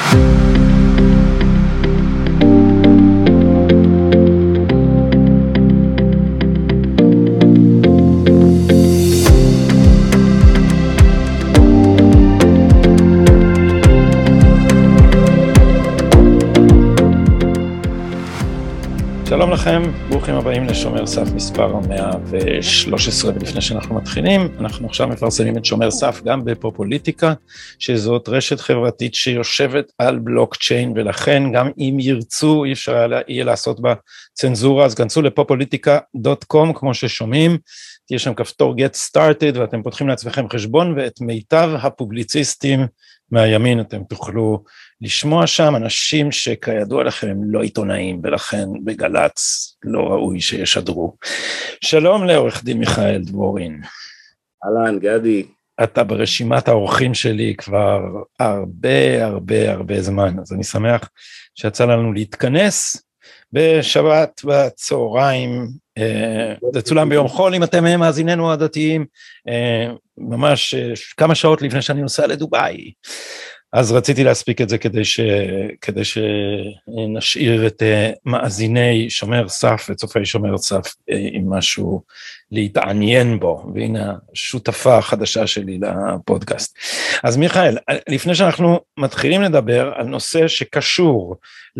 שלום לכם, ברוכים הבאים לשומר סף מספר 113, ולפני שאנחנו מתחילים, אנחנו עכשיו מפרסמים את שומר סף גם בפופוליטיקה, שזאת רשת חברתית שיושבת על בלוקצ'יין, ולכן גם אם ירצו, אי אפשר יהיה לעשות בה צנזורה, אז כנסו לפופוליטיקה.com כמו ששומעים, תהיה שם כפתור get started, ואתם פותחים לעצמכם חשבון, ואת מיטב הפובליציסטים מהימין אתם תוכלו לשמוע שם, אנשים שכידוע לכם הם לא עיתונאים, ולכן בגלץ לא ראוי שישדרו. שלום לעורך דין מיכאל דבורין. אהלן, גדי. אתה ברשימת האורחים שלי כבר הרבה זמן, אז אני שמח שיצא לנו להתכנס בשבת בצהריים, זה צולם ביום חול, אם אתם מאזיננו הדתיים, ממש כמה שעות לפני שאני נוסע לדובאי, אז רציתי להספיק את זה כדי שנשאיר את מאזיני שומר סף וצופי שומר סף עם משהו להתעניין בו, והנה השותפה החדשה שלי לפודקאסט. אז מיכאל, לפני שאנחנו מתחילים לדבר על נושא שקשור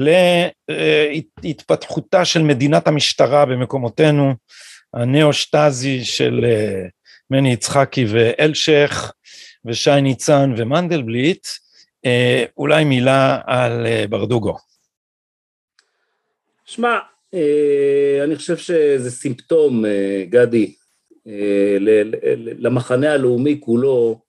להתפתחותה של מדינת המשטרה במקומותינו, הנאו-שטזי של מני יצחקי ואלשך ושי ניצן ומנדלבליט, אולי מילה על ברדוגו. שמע, אני חושב שזה סימפטום, גדי, למחנה הלאומי כולו,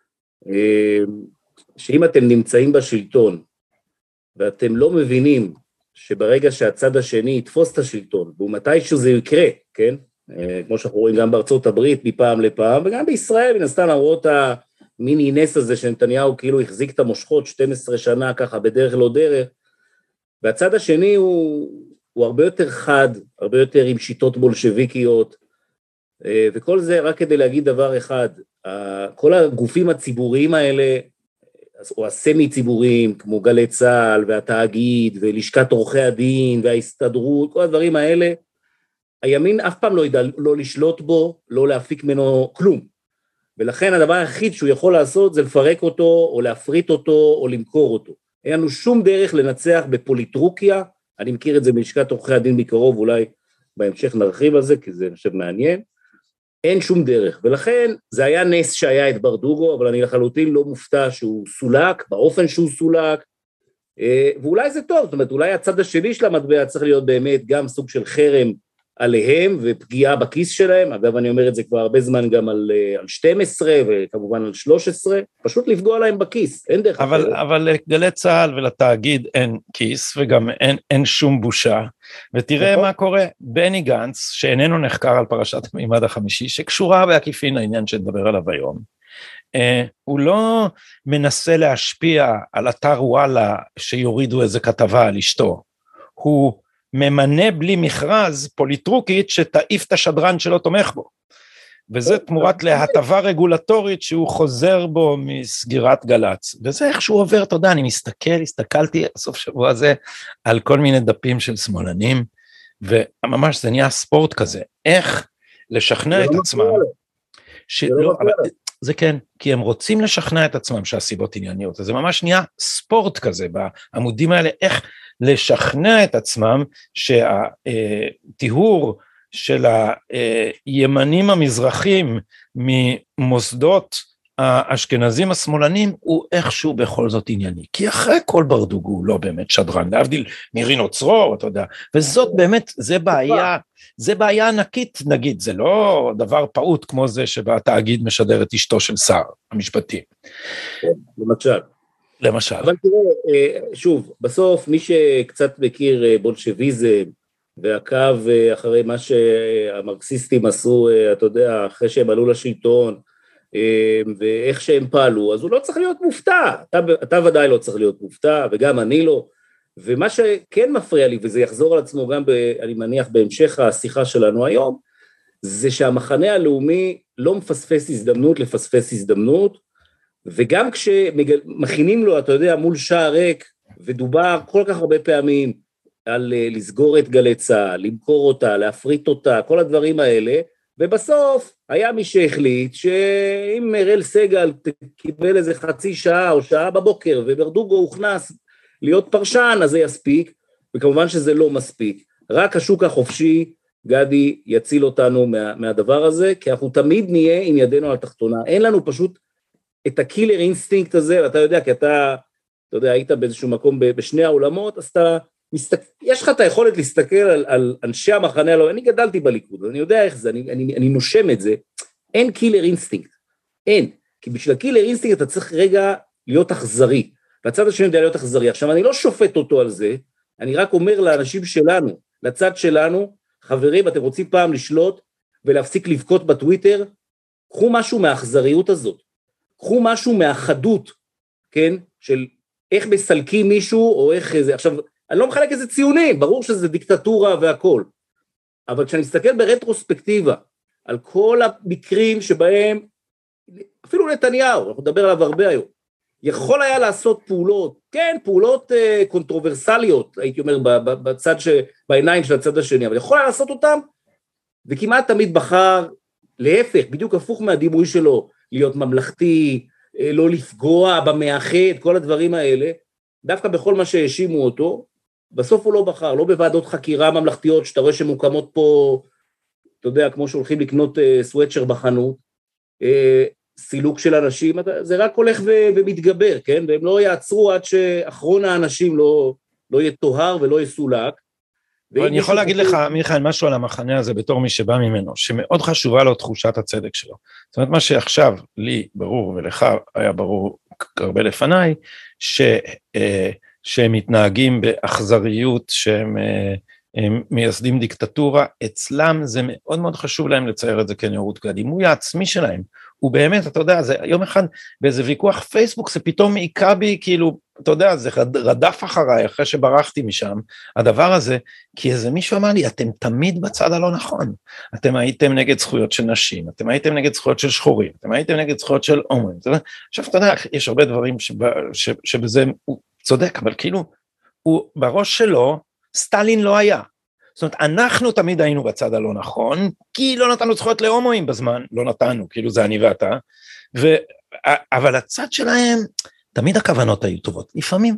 שאם אתם נמצאים בשלטון, ואתם לא מבינים שברגע שהצד השני יתפוס את השלטון, ומתישהו זה יקרה, כן? כמו שאנחנו רואים גם בארצות הברית מפעם לפעם, וגם בישראל, מן הסתם למרות המיני נס הזה שנתניהו כאילו החזיק את המושכות 12 שנה ככה בדרך לא דרך, והצד השני הוא הרבה יותר חד, הרבה יותר עם שיטות בולשביקיות, וכל זה רק כדי להגיד דבר אחד, כל הגופים הציבוריים האלה, או הסמי ציבוריים, כמו גלי צהל והתאגיד ולשכת עורכי הדין וההסתדרות, כל הדברים האלה, הימין אף פעם לא ידע לא לשלוט בו, לא להפיק ממנו כלום. ולכן הדבר היחיד שהוא יכול לעשות זה לפרק אותו, או להפריט אותו, או למכור אותו. אין לנו שום דרך לנצח בפוליטרוקיה, אני מכיר את זה בלשכת עורכי הדין מקרוב, אולי בהמשך נרחיב על זה, כי זה נחשב מעניין. אין שום דרך, ולכן זה היה נס שהיה את ברדוגו, אבל אני לחלוטין לא מופתע שהוא סולק, באופן שהוא סולק, ואולי זה טוב, זאת אומרת, אולי הצד השני של המטבע צריך להיות באמת גם סוג של חרם עליהם, ופגיעה בכיס שלהם, אגב אני אומר את זה כבר הרבה זמן גם על 12, וכמובן על 13, פשוט לפגוע להם בכיס, אין דרך. אבל לגלי צהל ולתאגיד אין כיס, וגם אין שום בושה, ותראה מה קורה, בני גנץ, שאיננו נחקר על פרשת המימד החמישי, שקשורה בעקיפין לעניין שנדבר עליו היום, הוא לא מנסה להשפיע על אתר וואלה, שיורידו איזה כתבה על אשתו, הוא ממנה בלי מכרז פוליטרוקית שתעיף את השדרן שלא תומך בו, וזה תמורת להטבה רגולטורית שהוא חוזר בו מסגירת גלץ, וזה איך שהוא עובר, אתה יודע, אני הסתכלתי בסוף שבוע הזה על כל מיני דפים של שמאלנים, וממש זה נהיה ספורט כזה, איך לשכנע את עצמם, זה כן, כי הם רוצים לשכנע את עצמם שהסיבות ענייניות, אז זה ממש נהיה ספורט כזה בעמודים האלה, איך לשכנע את עצמם שהטיהור של הימנים המזרחים ממוסדות האשכנזים השמאלנים הוא איכשהו בכל זאת ענייני, כי אחרי כל ברדוגו הוא לא באמת שדרן, להבדיל מרינו צרור, אתה יודע, וזאת באמת, זה בעיה ענקית, נגיד, זה לא דבר פעוט כמו זה שבתאגיד משדר את אשתו של שר המשפטים. למשל. אבל תראה, שוב, בסוף מי שקצת מכיר בולשביזם, ועקב אחרי מה שהמרקסיסטים עשו, אתה יודע, אחרי שהם עלו לשלטון, ואיך שהם פעלו, אז הוא לא צריך להיות מופתע, אתה ודאי לא צריך להיות מופתע, וגם אני לא, ומה שכן מפריע לי, וזה יחזור על עצמו גם, אני מניח, בהמשך השיחה שלנו היום, זה שהמחנה הלאומי לא מפספס הזדמנות לפספס הזדמנות, וגם כשמכינים לו, אתה יודע, מול שער ריק, ודובר כל כך הרבה פעמים על לסגור את גלי צה"ל, למכור אותה, להפריט אותה, כל הדברים האלה, ובסוף היה מי שהחליט שאם מרל סגל קיבל איזה חצי שעה או שעה בבוקר, וברדוגו הוכנס להיות פרשן, אז זה יספיק, וכמובן שזה לא מספיק. רק השוק החופשי, גדי, יציל אותנו מהדבר הזה, כי אנחנו תמיד נהיה עם ידינו על התחתונה. אין לנו פשוט את הקילר אינסטינקט הזה, ואתה יודע, כי אתה יודע, היית באיזשהו מקום בשני העולמות, אז יש לך את היכולת להסתכל על אנשי המחנה הלאומי, אני גדלתי בליכוד, אני יודע איך זה, אני נושם את זה, אין קילר אינסטינקט, אין, כי בשביל הקילר אינסטינקט אתה צריך רגע להיות אכזרי, והצד השני יודע להיות אכזרי. עכשיו אני לא שופט אותו על זה, אני רק אומר לאנשים שלנו, לצד שלנו, חברים, אתם רוצים פעם לשלוט ולהפסיק לבכות בטוויטר, קחו משהו מהאכזריות הזאת, קחו משהו מהחדות, כן, של איך מסלקים מישהו, או איך זה, עכשיו, אני לא מחלק איזה ציונים, ברור שזה דיקטטורה והכל, אבל כשאני מסתכל ברטרוספקטיבה, על כל המקרים שבהם, אפילו נתניהו, אנחנו נדבר עליו הרבה היום, יכול היה לעשות פעולות, כן, פעולות קונטרוברסליות, הייתי אומר, בעיניים של הצד השני, אבל יכול היה לעשות אותם, וכמעט תמיד בחר, להפך, בדיוק הפוך מהדימוי שלו, להיות ממלכתי, לא לפגוע במאחד, כל הדברים האלה, דווקא בכל מה שהאשימו אותו, בסוף הוא לא בחר, לא בוועדות חקירה ממלכתיות, שאתה רואה שמוקמות פה, אתה יודע, כמו שהולכים לקנות סוואצ'ר בחנות, סילוק של אנשים, זה רק הולך ומתגבר, כן? והם לא יעצרו עד שאחרון האנשים לא יתוהר ולא יסולק. אני יכול להגיד לך, מיכאל, משהו על המחנה הזה בתור מי שבא ממנו, שמאוד חשובה לו תחושת הצדק שלו. זאת אומרת, מה שעכשיו לי ברור ולך היה ברור הרבה לפניי, שהם מתנהגים באכזריות, שהם מייסדים דיקטטורה, אצלם זה מאוד מאוד חשוב להם לצייר את זה כנראות הדימוי העצמי שלהם, הוא באמת, אתה יודע, זה יום אחד באיזה ויכוח פייסבוק, זה פתאום מעיקה בי, כאילו, אתה יודע, זה רדף אחריי, אחרי שברחתי משם, הדבר הזה, כי איזה מישהו אמר לי, אתם תמיד בצד הלא נכון, אתם הייתם נגד זכויות של נשים, אתם הייתם נגד זכויות של שחורים, אתם הייתם נגד זכויות של הומואים, עכשיו אתה יודע, יש הרבה דברים שבזה הוא צודק, אבל כאילו, הוא בראש שלו, סטלין לא היה, זאת אומרת, אנחנו תמיד היינו בצד הלא נכון, כי לא נתנו זכויות להומואים בזמן, לא נתנו, כאילו זה אני ואתה, אבל הצד שלהם, תמיד הכוונות היו טובות, לפעמים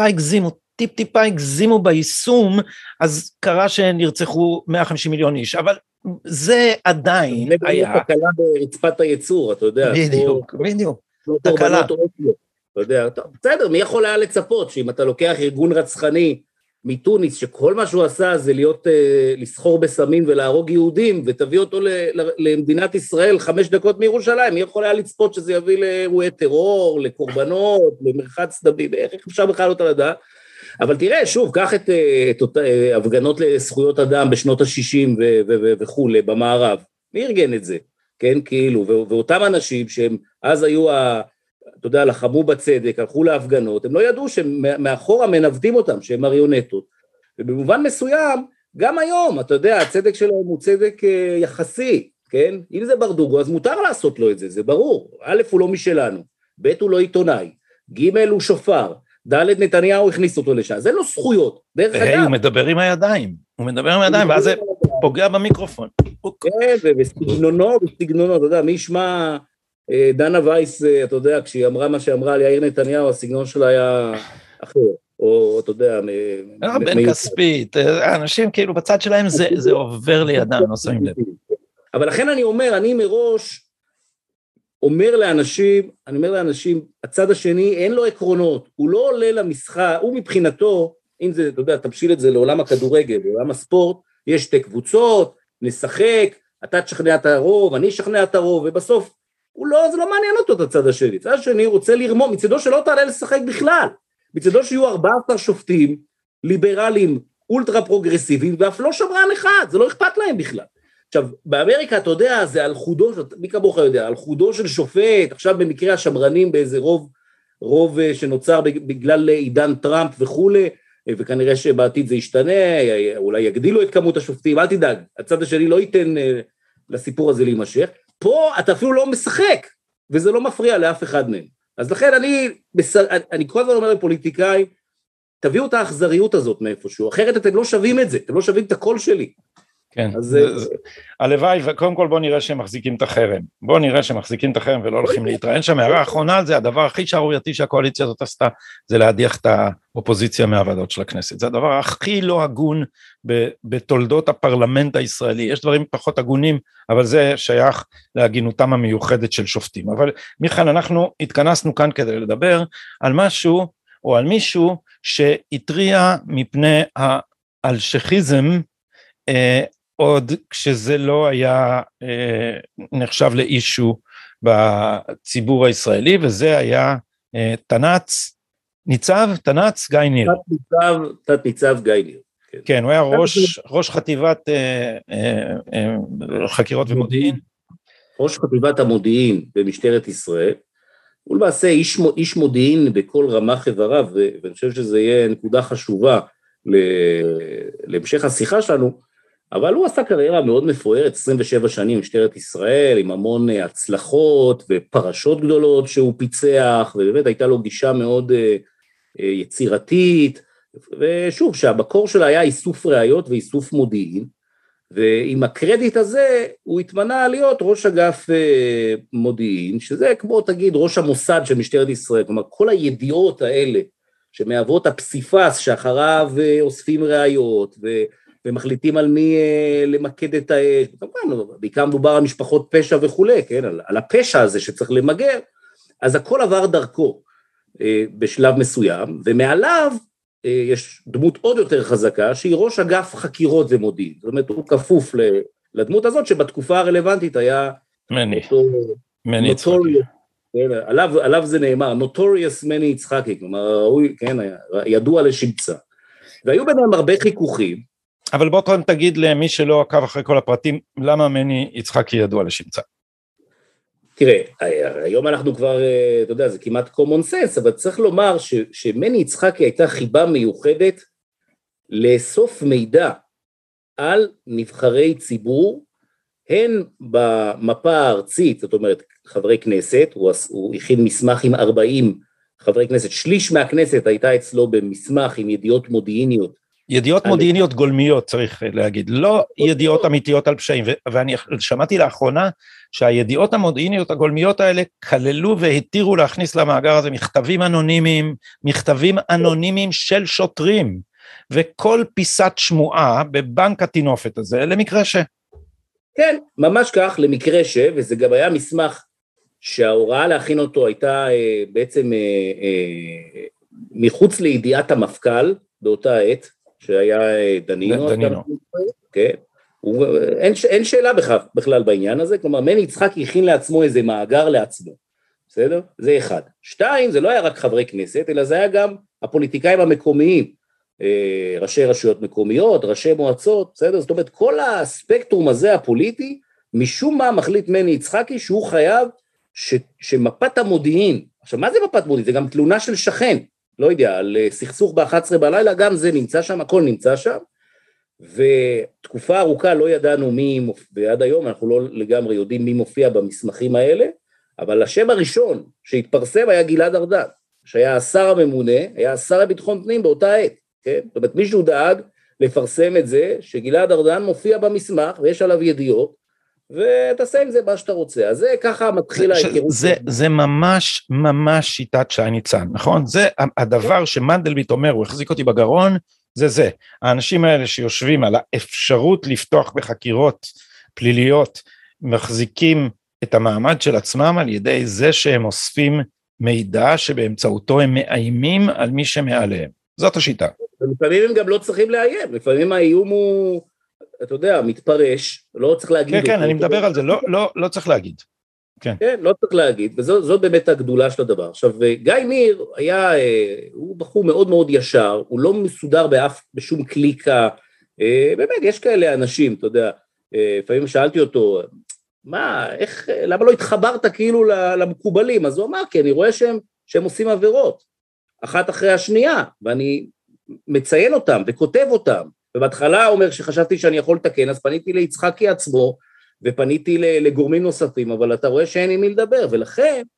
טיפה הגזימו ביישום, אז קרה שנרצחו 150 מיליון איש, אבל זה עדיין היה. זה תקלה ברצפת הייצור, אתה יודע. בדיוק, תקלה. אתה יודע, בסדר, מי יכול היה לצפות, שאם אתה לוקח ארגון רצחני, מתוניס, שכל מה שהוא עשה זה לסחור בסמים ולהרוג יהודים, ותביא אותו למדינת ישראל 5 דקות מירושלים, מי יכול היה לצפות שזה יביא לאירועי טרור, לקורבנות, למרחץ דמים, איך אפשר בכלל אותה לדעת? אבל תראה, שוב, קח את הפגנות לזכויות אדם בשנות ה-60 וכו', במערב, מי ארגן את זה? כן, כאילו, ואותם אנשים שהם אז היו אתה יודע, לחמו בצדק, הלכו להפגנות, הם לא ידעו שמאחורה מנווטים אותם, שהם מריונטות, ובמובן מסוים, גם היום, אתה יודע, הצדק שלהם הוא צדק יחסי, כן? אם זה ברדוגו, אז מותר לעשות לו את זה, זה ברור, א' הוא לא משלנו, ב' הוא לא עיתונאי, ג' הוא שופר, ד' נתניהו הכניס אותו לשם, זה לא זכויות, דרך אגב. הוא מדבר עם הידיים, ואז זה פוגע במיקרופון. כן, ובסגנונו, אתה יודע, מי ישמע דנה וייס, אתה יודע, כשהיא אמרה מה שאמרה על יאיר נתניהו, הסגנון שלה היה אחר, או אתה יודע, בן כספית, אנשים כאילו בצד שלהם זה עובר לידם, לא שמים לב. אבל לכן אני אומר, אני מראש אומר לאנשים, הצד השני אין לו עקרונות, הוא לא עולה למשחק, הוא מבחינתו, אם זה, אתה יודע, תמשיל את זה לעולם הכדורגל, לעולם הספורט, יש 2 קבוצות, נשחק, אתה תשכנע את הרוב, אני אשכנע את הרוב, ובסוף, זה לא מעניין אותו את הצד השני, הצד השני רוצה לרמום, מצדו שלא תעלה לשחק בכלל, מצדו שיהיו 14 שופטים, ליברלים, אולטרה פרוגרסיביים, ואף לא שמרן אחד, זה לא אכפת להם בכלל. עכשיו, באמריקה, אתה יודע, זה על חודו, מי כמוך יודע, על חודו של שופט, עכשיו במקרה השמרנים באיזה רוב שנוצר בגלל עידן טראמפ וכו', וכנראה שבעתיד זה ישתנה, אולי יגדילו את כמות השופטים, אל תדאג, הצד השני לא ייתן לסיפור הזה להימשך, פה אתה אפילו לא משחק, וזה לא מפריע לאף אחד מהם. אז לכן אני כל הזמן אומר לפוליטיקאים, תביאו את האכזריות הזאת מאיפשהו, אחרת אתם לא שווים את זה, אתם לא שווים את הקול שלי. כן, הלוואי, וקודם כל בוא נראה שהם מחזיקים את החרם, ולא הולכים להתראיין שם. הערה האחרונה על זה, הדבר הכי שערורייתי שהקואליציה הזאת עשתה, זה להדיח את האופוזיציה מהוועדות של הכנסת, זה הדבר הכי לא הגון בתולדות הפרלמנט הישראלי, יש דברים פחות הגונים, אבל זה שייך להגינותם המיוחדת של שופטים. אבל מיכאל, אנחנו התכנסנו כאן כדי לדבר על משהו, או על מישהו שהטריע מפני האלשיכיזם, עוד כשזה לא היה נחשב לאישו בציבור הישראלי, וזה היה תנ"צ גיא ניר. תת-ניצב גיא ניר. כן, הוא היה ראש חטיבת חקירות ומודיעין. ראש חטיבת המודיעין במשטרת ישראל, הוא למעשה איש מודיעין בכל רמ"ח איבריו, ואני חושב שזה יהיה נקודה חשובה להמשך השיחה שלנו, אבל הוא עשה קריירה מאוד מפוארת, 27 שנים במשטרת ישראל, עם המון הצלחות ופרשות גדולות שהוא פיצח, ובאמת הייתה לו גישה מאוד יצירתית, ושוב, שהמקור שלה היה איסוף ראיות ואיסוף מודיעין, ועם הקרדיט הזה הוא התמנה להיות ראש אגף מודיעין, שזה כמו תגיד ראש המוסד של משטרת ישראל, כלומר כל הידיעות האלה שמהוות הפסיפס שאחריו אוספים ראיות ומחליטים על מי למקד את האש, כמובן בעיקר מדובר על משפחות פשע וכו', כן? על הפשע הזה שצריך למגר, אז הכל עבר דרכו בשלב מסוים, ומעליו יש דמות עוד יותר חזקה, שהיא ראש אגף חקירות ומודיעין, זאת אומרת, הוא כפוף לדמות הזאת, שבתקופה הרלוונטית היה מני יצחקי. עליו זה נאמר, notorious מני יצחקי, כלומר, כן, ידוע לשמצה. והיו ביניהם הרבה חיכוכים. אבל בוא תגיד למי שלא עקב אחרי כל הפרטים, למה מני יצחקי ידוע לשמצה? תראה, היום אנחנו כבר, אתה יודע, זה כמעט common sense, אבל צריך לומר שמני יצחקי הייתה חיבה מיוחדת לאסוף מידע על נבחרי ציבור, הן במפה הארצית, זאת אומרת, חברי כנסת, הוא הכין מסמך עם 40 חברי כנסת, שליש מהכנסת הייתה אצלו במסמך עם ידיעות מודיעיניות. ידיעות מודיעיניות גולמיות צריך להגיד, לא ידיעות אמיתיות על פשעים, ואני שמעתי לאחרונה שהידיעות המודיעיניות הגולמיות האלה כללו והתירו להכניס למאגר הזה מכתבים אנונימיים של שוטרים, וכל פיסת שמועה בבנק התינופת הזה, למקרה ש... כן, ממש כך, למקרה ש, וזה גם היה מסמך שההוראה להכין אותו הייתה בעצם מחוץ לידיעת המפכ"ל באותה עת, שהיה דנינו. כן. אין שאלה בכלל בעניין הזה, כלומר, מני יצחקי הכין לעצמו איזה מאגר לעצמו, בסדר? זה אחד. 2, זה לא היה רק חברי כנסת, אלא זה היה גם הפוליטיקאים המקומיים, ראשי רשויות מקומיות, ראשי מועצות, בסדר? זאת אומרת, כל הספקטרום הזה הפוליטי, משום מה מחליט מני יצחקי שהוא חייב שמפת המודיעין, עכשיו מה זה מפת מודיעין? זה גם תלונה של שכן, לא יודע, על סכסוך ב-11 בלילה, גם זה נמצא שם, הכל נמצא שם, ותקופה ארוכה לא ידענו מי, ועד היום אנחנו לא לגמרי יודעים מי מופיע במסמכים האלה, אבל השם הראשון שהתפרסם היה גלעד ארדן, שהיה השר הממונה, היה השר לביטחון פנים באותה עת, כן? זאת אומרת, מישהו דאג לפרסם את זה, שגלעד ארדן מופיע במסמך, ויש עליו ידיעות, ותעשה עם זה מה שאתה רוצה. אז זה ככה מתחיל ההיכרות. זה ממש ממש שיטת שי ניצן, נכון? זה הדבר שמנדלבליט אומר, הוא החזיק אותי בגרון, זה. האנשים האלה שיושבים על האפשרות לפתוח בחקירות פליליות, מחזיקים את המעמד של עצמם על ידי זה שהם אוספים מידע שבאמצעותו הם מאיימים על מי שמעליהם. זאת השיטה. לפעמים הם גם לא צריכים לאיים, לפעמים האיום הוא, אתה יודע, מתפרש, לא צריך להגיד. כן, אני מדבר על זה, לא צריך להגיד. כן, לא צריך להגיד, וזאת באמת הגדולה של הדבר. עכשיו, גיא ניר הוא בחור מאוד מאוד ישר, הוא לא מסודר בשום קליקה, באמת, יש כאלה אנשים, אתה יודע, לפעמים שאלתי אותו, למה לא התחברת כאילו למקובלים? אז הוא אמר, כי אני רואה שהם עושים עבירות, אחת אחרי השנייה, ואני מציין אותם וכותב אותם, ובהתחלה הוא אומר שחשבתי שאני יכול לתקן, אז פניתי ליצחקי עצמו, ופניתי לגורמים נוספים, אבל אתה רואה שאין עם מי לדבר, ולכן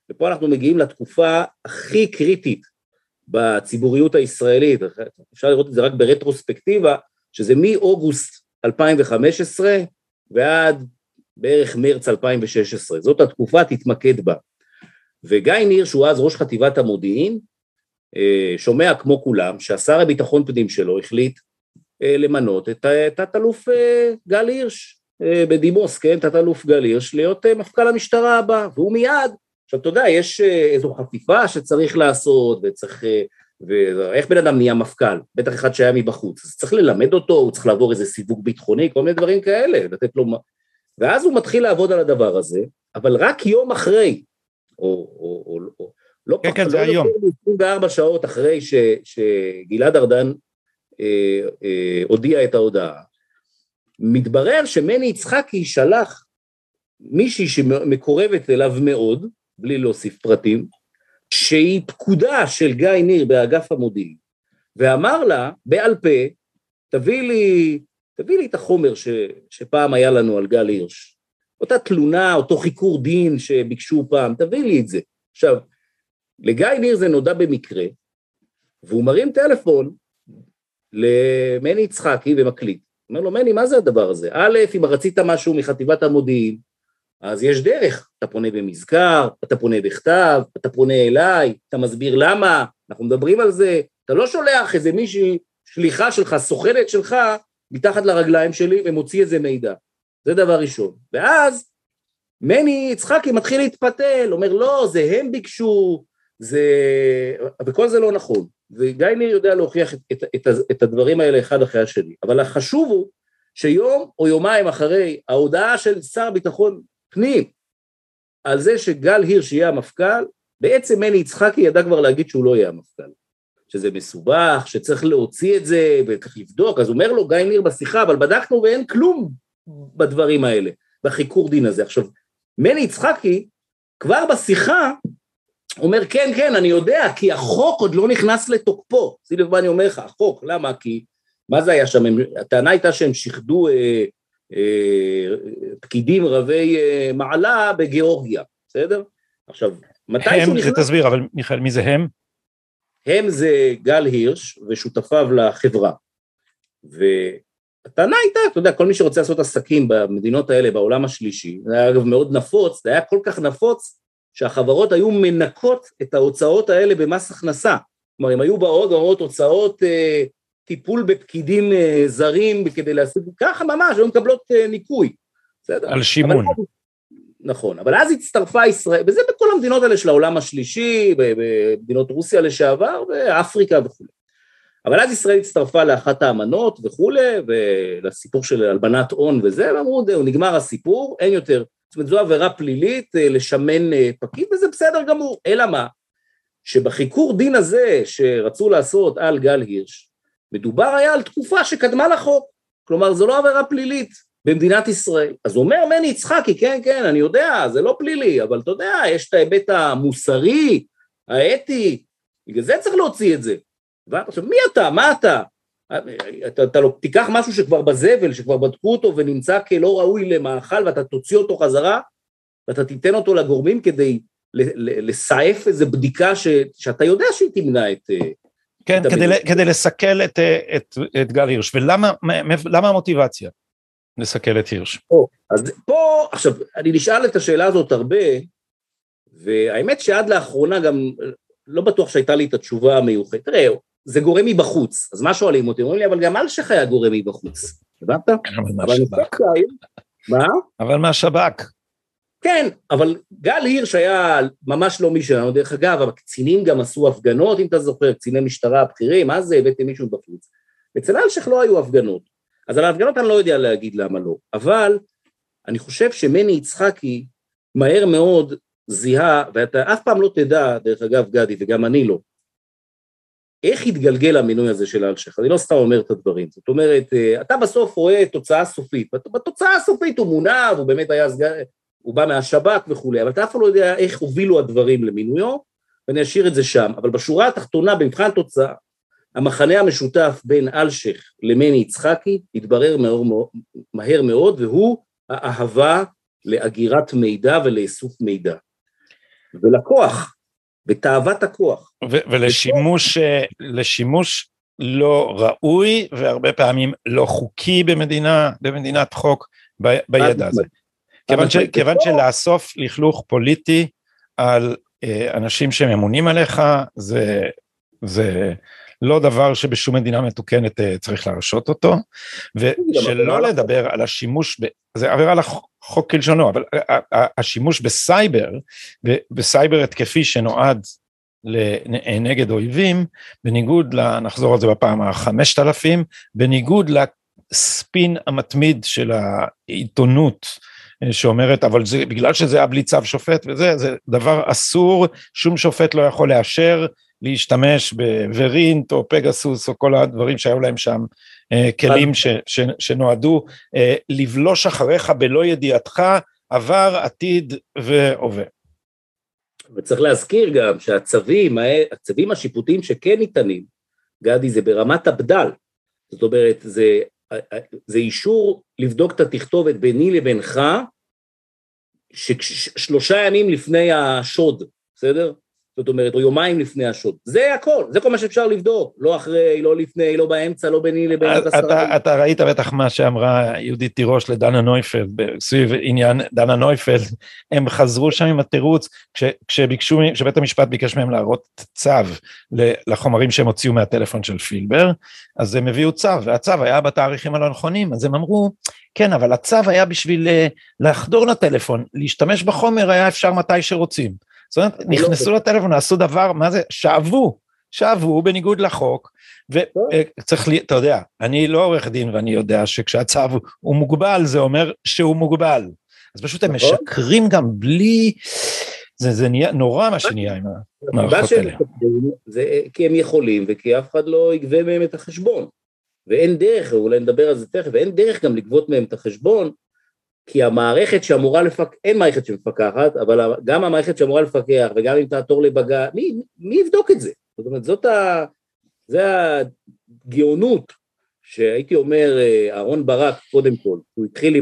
ופה אנחנו מגיעים לתקופה הכי קריטית בציבוריות הישראלית, אפשר לראות את זה רק ברטרוספקטיבה, שזה מאוגוסט 2015 ועד בערך מרץ 2016, זאת התקופה, תתמקד בה. וגיא ניר, שהוא אז ראש חטיבת המודיעין, שומע כמו כולם, שהשר הביטחון פנים שלו החליט למנות את תת-אלוף גל הירש בדימוס, כן, תת-אלוף גל הירש, להיות מפכ"ל המשטרה הבא, והוא מיד, עכשיו אתה יודע, יש איזו חפיפה שצריך לעשות, ואיך בן אדם נהיה מפכ"ל, בטח אחד שהיה מבחוץ, אז צריך ללמד אותו, הוא צריך לעבור איזה סיווג ביטחוני, כל מיני דברים כאלה, לתת לו, ואז הוא מתחיל לעבוד על הדבר הזה, אבל רק יום אחרי, או לא פחות, לא יותר 24 שעות אחרי שגלעד ארדן הודיע את ההודעה, מתברר שמני יצחקי שלח מישהי שמקורבת אליו מאוד, בלי להוסיף פרטים, שהיא פקודה של גיא ניר באגף המודיעין, ואמר לה בעל פה, תביא לי את החומר שפעם היה לנו על גל הירש, אותה תלונה, אותו חיקור דין שביקשו פעם, תביא לי את זה. עכשיו, לגיא ניר זה נודע במקרה, והוא מרים טלפון למני יצחקי ומקליט, אומר לו, מני, מה זה הדבר הזה? א', אם רצית משהו מחטיבת המודיעין, אז יש דרך, אתה פונה במזכר, אתה פונה בכתב, אתה פונה אליי, אתה מסביר למה, אנחנו מדברים על זה, אתה לא שולח איזה מישהי, שליחה שלך, סוכנת שלך, מתחת לרגליים שלי, ומוציא איזה מידע. זה דבר ראשון. ואז, מני יצחקי מתחיל להתפתל, אומר, לא, זה הם ביקשו, וכל זה לא נכון. וגיא ניר יודע להוכיח את הדברים האלה אחד אחרי השני. אבל החשוב הוא, שיום או יומיים אחרי ההודעה של שר ביטחון פנים, על זה שגל הירש יהיה המפכ"ל, בעצם מני יצחקי ידע כבר להגיד שהוא לא יהיה המפכ"ל. שזה מסובך, שצריך להוציא את זה, וכך לבדוק, אז אומר לו גיא ניר בשיחה, אבל בדקנו ואין כלום בדברים האלה, בחיקור דין הזה. עכשיו, מני יצחקי, כבר בשיחה, אומר, כן, כן, אני יודע, כי החוק עוד לא נכנס לתוקפו. שים לב מה אני אומר לך, החוק, למה? כי, מה זה היה שם? הטענה הייתה שהם שיחדו פקידים רבי מעלה בגיאורגיה, בסדר? עכשיו, מתי שהוא נכנס... תסביר, אבל מיכאל, מי זה הם? הם זה גל הירש ושותפיו לחברה. והטענה הייתה, אתה יודע, כל מי שרוצה לעשות עסקים במדינות האלה, בעולם השלישי, זה היה אגב מאוד נפוץ, זה היה כל כך נפוץ, שהחברות היו מנקות את ההוצאות האלה במס הכנסה. כלומר, הם היו באות הוצאות טיפול בפקידים זרים, כדי לעשות ככה ממש, היו מקבלות ניקוי. בסדר? על שימון. נכון, אבל אז הצטרפה ישראל, וזה בכל המדינות האלה של העולם השלישי, במדינות רוסיה לשעבר, ואפריקה וכו'. אבל אז ישראל הצטרפה לאחת האמנות וכו', ולסיפור של הלבנת הון וזה, ואמרו, הוא נגמר הסיפור, אין יותר. זאת אומרת, זו עבירה פלילית לשמן פקיד, וזה בסדר גמור. אלא מה? שבחיקור דין הזה שרצו לעשות על גל הירש, מדובר היה על תקופה שקדמה לחוק. כלומר, זו לא עבירה פלילית במדינת ישראל. אז אומר מני יצחקי, כן, כן, אני יודע, זה לא פלילי, אבל אתה יודע, יש את ההיבט המוסרי, האתי, בגלל זה צריך להוציא את זה. עכשיו, מי אתה? מה אתה? אתה לא, תיקח משהו שכבר בזבל, שכבר בדקו אותו ונמצא כלא ראוי למאכל, ואתה תוציא אותו חזרה, ואתה תיתן אותו לגורמים כדי לסעף איזו בדיקה שאתה יודע שהיא תמנע את... כן, כדי לסכל את גל הירש. ולמה המוטיבציה לסכל את הירש? אז פה, עכשיו, אני נשאל את השאלה הזאת הרבה, והאמת שעד לאחרונה גם לא בטוח שהייתה לי את התשובה המיוחדת. תראה, זה גורם מבחוץ, אז מה שואלים אותי? אומרים לי, אבל גם אלשיך היה גורם מבחוץ. הבנת? אבל מהשב"כ. כן, אבל גל הירש היה ממש לא מישהו, דרך אגב, אבל קצינים גם עשו הפגנות, אם אתה זוכר, קציני משטרה הבכירים, מה זה הבאתם מישהו בחוץ? אצל אלשיך לא היו הפגנות, אז על ההפגנות אני לא יודע להגיד למה לא, אבל אני חושב שמני יצחקי מהר מאוד זיהה, ואתה אף פעם לא תדע, דרך אגב גדי, וגם אני לא, איך התגלגל המינוי הזה של אלשיך? אני לא סתם אומר את הדברים, זאת אומרת, אתה בסוף רואה תוצאה סופית, בתוצאה הסופית הוא מונה, והוא באמת היה סגן, הוא בא מהשב"כ וכו', אבל אתה אף פעם לא יודע איך הובילו הדברים למינויו, ואני אשאיר את זה שם, אבל בשורה התחתונה, במבחן תוצאה, המחנה המשותף בין אלשיך למני יצחקי, התברר מהר מאוד, והוא האהבה לאגירת מידע ולאיסוף מידע. ולכוח, בתאוות הכוח. ולשימוש לא ראוי, והרבה פעמים לא חוקי במדינת חוק, בידע הזה. כיוון שלאסוף לכלוך פוליטי על אנשים שממונים עליך, זה לא דבר שבשום מדינה מתוקנת צריך להרשות אותו, ושלא לדבר על השימוש, זה עבירה לחוק כלשונו, אבל השימוש בסייבר התקפי שנועד נגד אויבים, בניגוד, נחזור על זה בפעם ה-5,000, בניגוד לספין המתמיד של העיתונות, שאומרת, אבל זה, בגלל שזה היה בלי צו שופט, וזה, זה דבר אסור, שום שופט לא יכול לאשר, להשתמש בוורינט או פגסוס, או כל הדברים שהיו להם שם, כלים שנועדו, לבלוש אחריך בלא ידיעתך, עבר, עתיד והווה. וצריך להזכיר גם שהצווים השיפוטיים שכן ניתנים, גדי, זה ברמת הבדל, זאת אומרת, זה אישור לבדוק את התכתובת ביני לבינך, 3 ימים לפני השוד, בסדר? זאת אומרת, או יומיים לפני השוד. זה הכל, זה כל מה שאפשר לבדוק, לא אחרי, לא לפני, לא באמצע, לא ביני לבין השרה. אתה ראית בטח מה שאמרה יהודית תירוש לדנה נויפלד, סביב עניין דנה נויפלד, הם חזרו שם עם התירוץ, כשבית המשפט ביקש מהם להראות צו לחומרים שהם הוציאו מהטלפון של פילבר, אז הם הביאו צו, והצו היה בתאריכים הלא נכונים, אז הם אמרו, כן, אבל הצו היה בשביל לחדור לטלפון, להשתמש בחומר היה אפשר מתי שרוצים. זאת אומרת, נכנסו לטלפון, עשו דבר, מה זה? שעבו בניגוד לחוק, וצריך, אתה יודע, אני לא עורך דין, ואני יודע שכשהצו הוא מוגבל, זה אומר שהוא מוגבל. אז פשוט הם משקרים גם בלי, זה נהיה נורא מה שנהיה עם המערכות האלה. זה כי הם יכולים, וכי אף אחד לא יגבה מהם את החשבון. ואין דרך, אולי נדבר על זה תכף, ואין דרך גם לגבות מהם את החשבון, כי המערכת שאמורה אין מערכת שמפקחת, אבל גם המערכת שאמורה לפקח, וגם אם תעתור לבג"ץ, מי יבדוק את זה? זאת אומרת, זה הגאונות, שהייתי אומר, אהרון ברק, קודם כל, הוא התחיל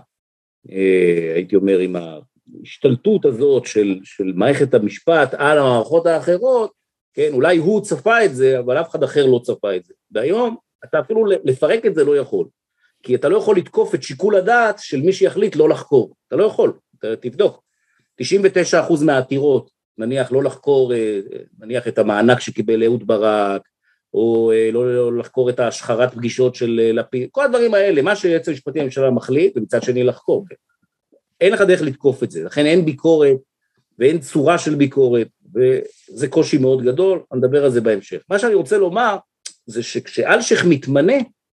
הייתי אומר, עם ההשתלטות הזאת של מערכת המשפט על המערכות האחרות, כן, אולי הוא צפה את זה, אבל אף אחד אחר לא צפה את זה. והיום, אתה אפילו לפרק את זה לא יכול. כי אתה לא יכול לתקוף את שיקול הדעת של מי שיחליט לא לחקור, אתה לא יכול, אתה תבדוק, 99% מהעתירות, נניח לא לחקור, נניח את המענק שקיבל אהוד ברק, או לא לחקור את השחרת פגישות של לפיד, כל הדברים האלה, מה שהיועץ המשפטי לממשלה מחליט, ומצד שני לחקור, כן. אין לך דרך לתקוף את זה, לכן אין ביקורת, ואין צורה של ביקורת, וזה קושי מאוד גדול, אני מדבר על זה בהמשך. מה שאני רוצה לומר, זה שכשאלשיך מתמנה,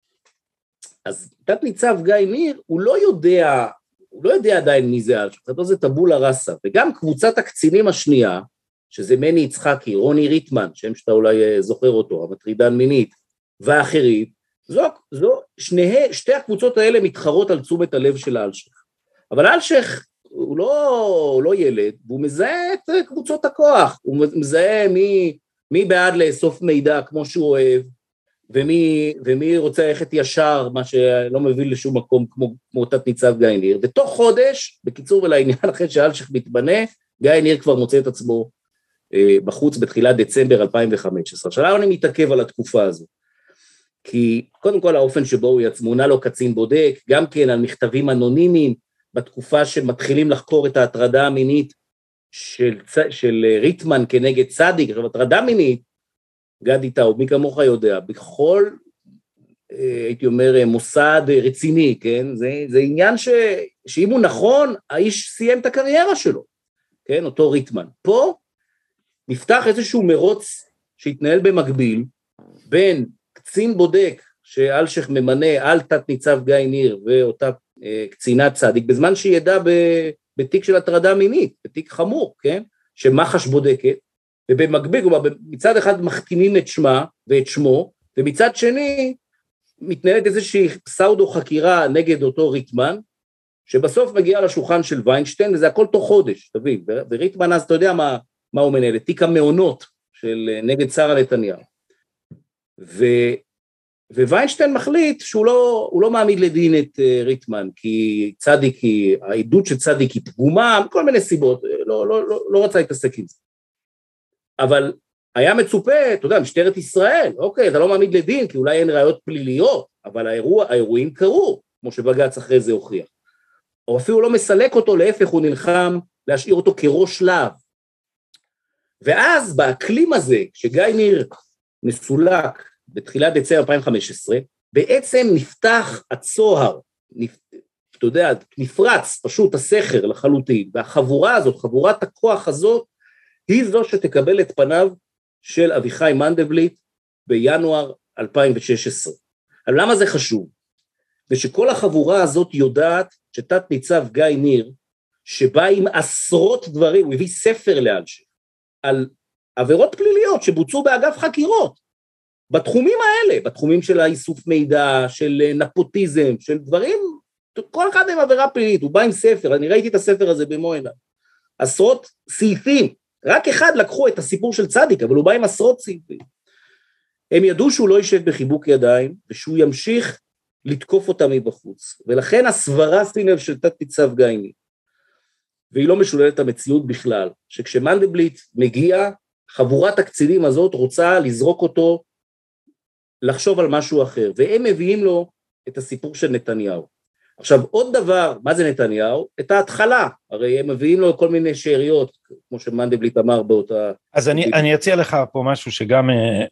אז תת ניצב גיא ניר, הוא לא יודע עדיין מי זה אלשיך, זה טבולה ראסה, וגם קבוצת הקצינים השנייה, שזה מני יצחקי, רוני ריטמן, שם שאתה אולי זוכר אותו, המטרידן מינית, ואחרים, שתי הקבוצות האלה מתחרות על תשומת הלב של אלשיך. אבל אלשיך הוא לא ילד, והוא מזהה את קבוצות הכוח, הוא מזהה מי בעד לאסוף מידע כמו שהוא אוהב, ומי רוצה ללכת ישר, מה שלא מביא לשום מקום כמו תת ניצב גיא ניר, ותוך חודש, בקיצור ולעניין אחרי שאלשיך מתבנה, גיא ניר כבר מוצא את עצמו בחוץ בתחילת דצמבר 2015. עכשיו אני מתעכב על התקופה הזו, כי קודם כל האופן שבו הוא מונה לו קצין בודק, גם כן על מכתבים אנונימיים, בתקופה שמתחילים לחקור את ההטרדה המינית של ריטמן כנגד צדיק, עכשיו הטרדה מינית, גדי טאוב, מי כמוך יודע, בכל, הייתי אומר, מוסד רציני, כן? זה עניין שאם הוא נכון, האיש סיים את הקריירה שלו, כן? אותו ריטמן. פה נפתח איזשהו מרוץ שהתנהל במקביל, בין קצין בודק שאלשיך ממנה על תת ניצב גיא ניר, ואותה קצינת צדיק, בזמן שידע בתיק של הטרדה מינית, בתיק חמור, כן? שמח"ש בודקת, ובמקביל, מצד אחד מחתימים את שמה ואת שמו, ומצד שני מתנהלת איזושהי פסאודו חקירה נגד אותו ריטמן, שבסוף מגיע לשולחן של ויינשטיין, וזה הכל תוך חודש, תבין, וריטמן אז אתה יודע מה הוא מנהל, תיק המעונות של נגד שרה נתניהו, וויינשטיין מחליט שהוא לא מעמיד לדין את ריטמן, כי העדות של צדיק היא פגומה, כל מיני סיבות, לא רצה להתעסק עם זה. אבל היה מצופה, אתה יודע, משטרת ישראל, אוקיי, אתה לא מעמיד לדין, כי אולי אין ראיות פליליות, אבל האירועים קרו, כמו שבג"ץ אחרי זה הוכיח. או אפילו לא מסלק אותו, להפך הוא נלחם להשאיר אותו כראש להב. ואז באקלים הזה, שגיא ניר מסולק בתחילת דצמבר 2015, בעצם נפתח הצוהר, אתה יודע, נפרץ פשוט הסכר לחלוטין, והחבורה הזאת, חבורת הכוח הזאת, היא זו שתקבל את פניו של אביחי מנדלבליט בינואר 2016. אבל למה זה חשוב? ושכל החבורה הזאת יודעת שתת ניצב גיא ניר, שבא עם עשרות דברים, הוא הביא ספר לאלשיך, על עבירות פליליות שבוצעו באגף חקירות, בתחומים האלה, בתחומים של האיסוף מידע, של נפוטיזם, של דברים, כל אחד עם עבירה פלילית, הוא בא עם ספר, אני ראיתי את הספר הזה במו עיניי, עשרות סעיפים, רק אחד לקחו את הסיפור של צדיק, אבל הוא בא עם עשרות סעיפים. הם ידעו שהוא לא יישב בחיבוק ידיים, ושהוא ימשיך לתקוף אותם מבחוץ, ולכן הסברה סינב של תת ניצב גיא ניר, והיא לא משוללת המציאות בכלל, שכשמנדלבליט מגיע, חבורת הקצינים הזאת רוצה לזרוק אותו, לחשוב על משהו אחר, והם מביאים לו את הסיפור של נתניהו. עכשיו עוד דבר, מה זה נתניהו? את ההתחלה, הרי הם מביאים לו כל מיני שאריות, כמו שמנדלבליט אמר באותה... אז אני אציע לך פה משהו שגם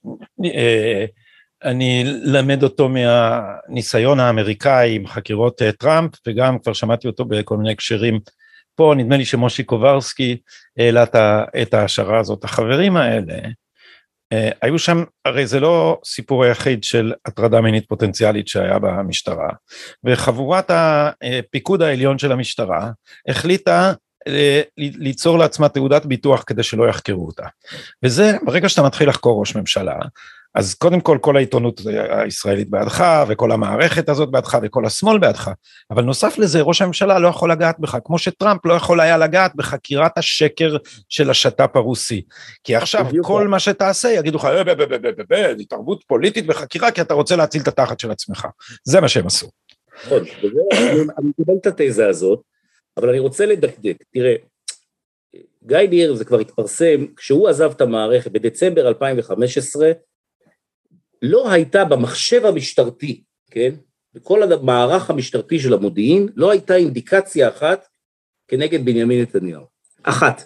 אני למד אותו מהניסיון האמריקאי עם חקירות טראמפ, וגם כבר שמעתי אותו בכל מיני הקשרים פה, נדמה לי שמושי קוברסקי העלה את ההשערה הזאת. החברים האלה, היו שם, הרי זה לא סיפור היחיד של הטרדה מינית פוטנציאלית שהיה במשטרה, וחבורת הפיקוד העליון של המשטרה החליטה ליצור לעצמה תעודת ביטוח כדי שלא יחקרו אותה. וזה, ברגע שאתה מתחיל לחקור ראש ממשלה, אז קודם כל העיתונות הישראלית בעדך, וכל המערכת הזאת בעדך, וכל השמאל בעדך, אבל נוסף לזה, ראש הממשלה לא יכול לגעת בך, כמו שטראמפ לא יכול היה לגעת בחקירת השקר של השטאפ הרוסי, כי עכשיו כל מה שתעשה יגידו לך, זה תרבות פוליטית בחקירה, כי אתה רוצה להציל את התחת של עצמך, זה מה שהם עשו. נכון, אני מקבל את התזה הזאת, אבל אני רוצה לדקדק, תראה, גיא ניר זה כבר התפרסם, כשהוא עזב את המערכת בדצמבר 2015, לא הייתה במחשב המשטרתי, כן? בכל המערך המשטרתי של המודיעין, לא הייתה אינדיקציה אחת כנגד בנימין נתניהו. אחת.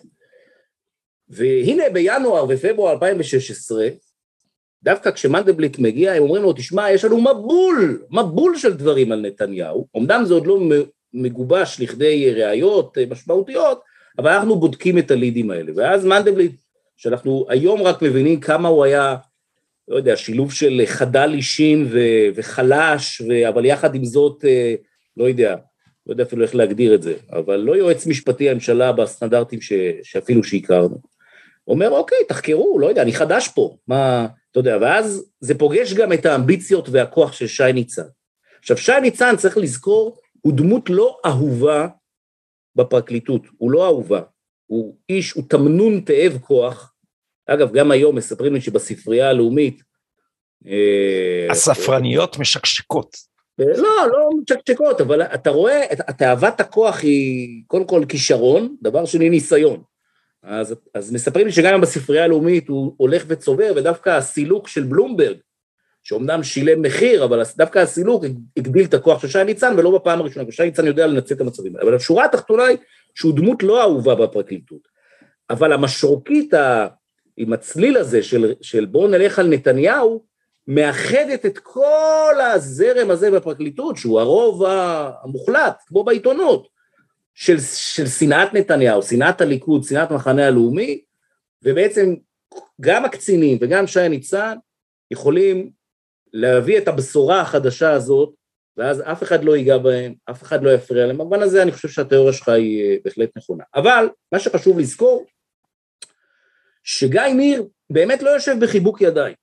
והנה בינואר ופברואר 2016, דווקא כשמנדלבליט מגיע, הם אומרים לו, תשמע, יש לנו מבול של דברים על נתניהו, אמנם זה עוד לא מגובש לכדי ראיות משמעותיות, אבל אנחנו בודקים את הלידים האלה. ואז מנדלבליט, שאנחנו היום רק מבינים כמה הוא היה, לא יודע, שילוב של חדל אישים וחלש, אבל יחד עם זאת, לא יודע אפילו איך להגדיר את זה, אבל לא יועץ משפטי הממשלה בסטנדרטים שאפילו שהכרנו. אומר, אוקיי, תחקרו, לא יודע, אני חדש פה, מה, אתה יודע, ואז זה פוגש גם את האמביציות והכוח של שי ניצן. עכשיו, שי ניצן צריך לזכור, הוא דמות לא אהובה בפרקליטות, הוא לא אהובה, הוא איש, הוא תמנון תאב כוח, אגב, גם היום מספרים לי שבספרייה הלאומית... הספרניות משקשקות. לא משקשקות, אבל אתה רואה, תאוות הכוח היא קודם כל כישרון, דבר שני ניסיון. אז מספרים לי שגם בספרייה הלאומית הוא הולך וצובר, ודווקא הסילוק של בלומברג, שאומנם שילם מחיר, אבל דווקא הסילוק הגדיל את הכוח של שי ניצן, ולא בפעם הראשונה, ושי ניצן יודע לנצל את המצבים. אבל השורה התחתונה היא שהוא דמות לא אהובה בפרקליטות. אבל המשרוקית עם הצליל הזה של בואו נלך על נתניהו, מאחדת את כל הזרם הזה בפרקליטות, שהוא הרוב המוחלט, כמו בעיתונות, של שנאת נתניהו, שנאת הליכוד, שנאת מחנה הלאומי, ובעצם גם הקצינים וגם שי ניצן יכולים להביא את הבשורה החדשה הזאת, ואז אף אחד לא ייגע בהם, אף אחד לא יפריע להם. במובן הזה אני חושב שהתיאוריה שלך היא בהחלט נכונה. אבל מה שחשוב לזכור, שגיא ניר באמת לא יושב בחיבוק ידיים.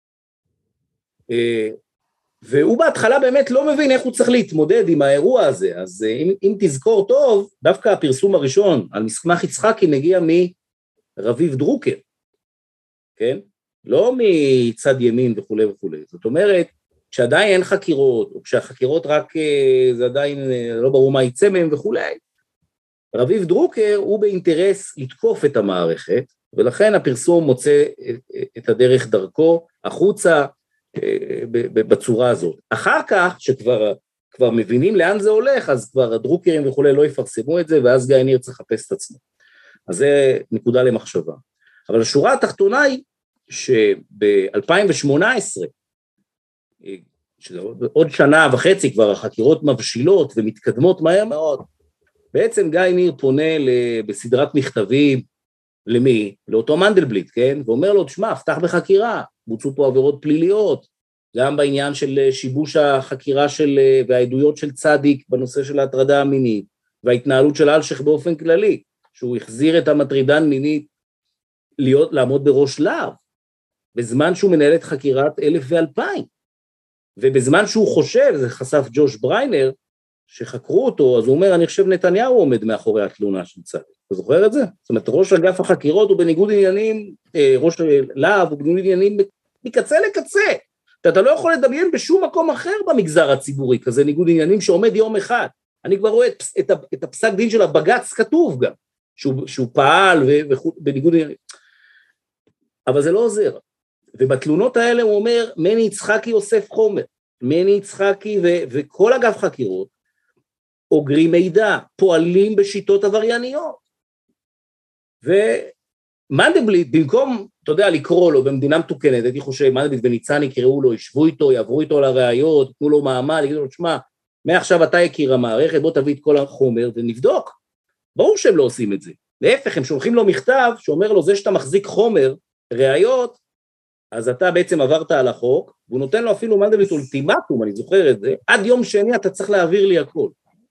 והוא בהתחלה באמת לא מבין איך הוא צריך להתמודד עם האירוע הזה. אז אם תזכור טוב, דווקא הפרסום הראשון על מסמך יצחקי מגיע מרביב דרוקר, כן? לא מצד ימין וכו' וכו'. זאת אומרת, כשעדיין אין חקירות, או כשהחקירות רק, זה עדיין לא ברור מה יצא מהם וכו', רביב דרוקר הוא באינטרס לתקוף את המערכת, ולכן הפרסום מוצא את הדרך דרכו החוצה בצורה הזאת. אחר כך, שכבר מבינים לאן זה הולך, אז כבר הדרוקרים וכולי לא יפרסמו את זה, ואז גיא ניר צריך לחפש את עצמו. אז זה נקודה למחשבה. אבל השורה התחתונה היא, שב-2018, עוד שנה וחצי כבר החקירות מבשילות ומתקדמות מהר מאוד, בעצם גיא ניר פונה בסדרת מכתבים, למי? לאותו מנדלבליט, כן? ואומר לו, תשמע, פתח בחקירה, בוצעו פה עבירות פליליות, גם בעניין של שיבוש החקירה והעדויות של צדיק בנושא של ההטרדה המינית, וההתנהלות של אלשך באופן כללי, שהוא החזיר את המטרידן מינית לעמוד בראש להב, בזמן שהוא מנהל את חקירת 1000 ו-2000, ובזמן שהוא חושב, זה חשף ג'וש בריינר, שחקרו אותו, אז הוא אומר, אני חושב נתניהו עומד מאחורי התלונה של צדיק. אתה זוכר את זה? זאת אומרת, ראש אגף החקירות הוא בניגוד עניינים, ראש להב הוא בניגוד עניינים מקצה לקצה. אתה לא יכול לדמיין בשום מקום אחר במגזר הציבורי, כזה ניגוד עניינים שעומד יום אחד. אני כבר רואה את הפסק דין של הבג"ץ כתוב גם, שהוא פעל בניגוד עניינים. אבל זה לא עוזר. ובתלונות האלה הוא אומר, מני יצחקי אוסף חומר, מני יצחקי וכל אגף חקירות, אוגרים מידע, פועלים בשיטות עברייניות. ומנדלבליט, במקום, אתה יודע, לקרוא לו במדינה מתוקנת, הייתי חושב, מנדלבליט וניצן יקראו לו, ישבו איתו, יעברו איתו לראיות, תנו לו מעמד, יגידו לו, תשמע, מעכשיו אתה יכיר המערכת, בוא תביא את כל החומר ונבדוק. ברור שהם לא עושים את זה. להפך, הם שולחים לו מכתב שאומר לו, זה שאתה מחזיק חומר, ראיות, אז אתה בעצם עברת על החוק, והוא נותן לו אפילו מנדלבליט אולטימטום, אני זוכר את זה, עד יום שני אתה צריך להעביר לי הכל.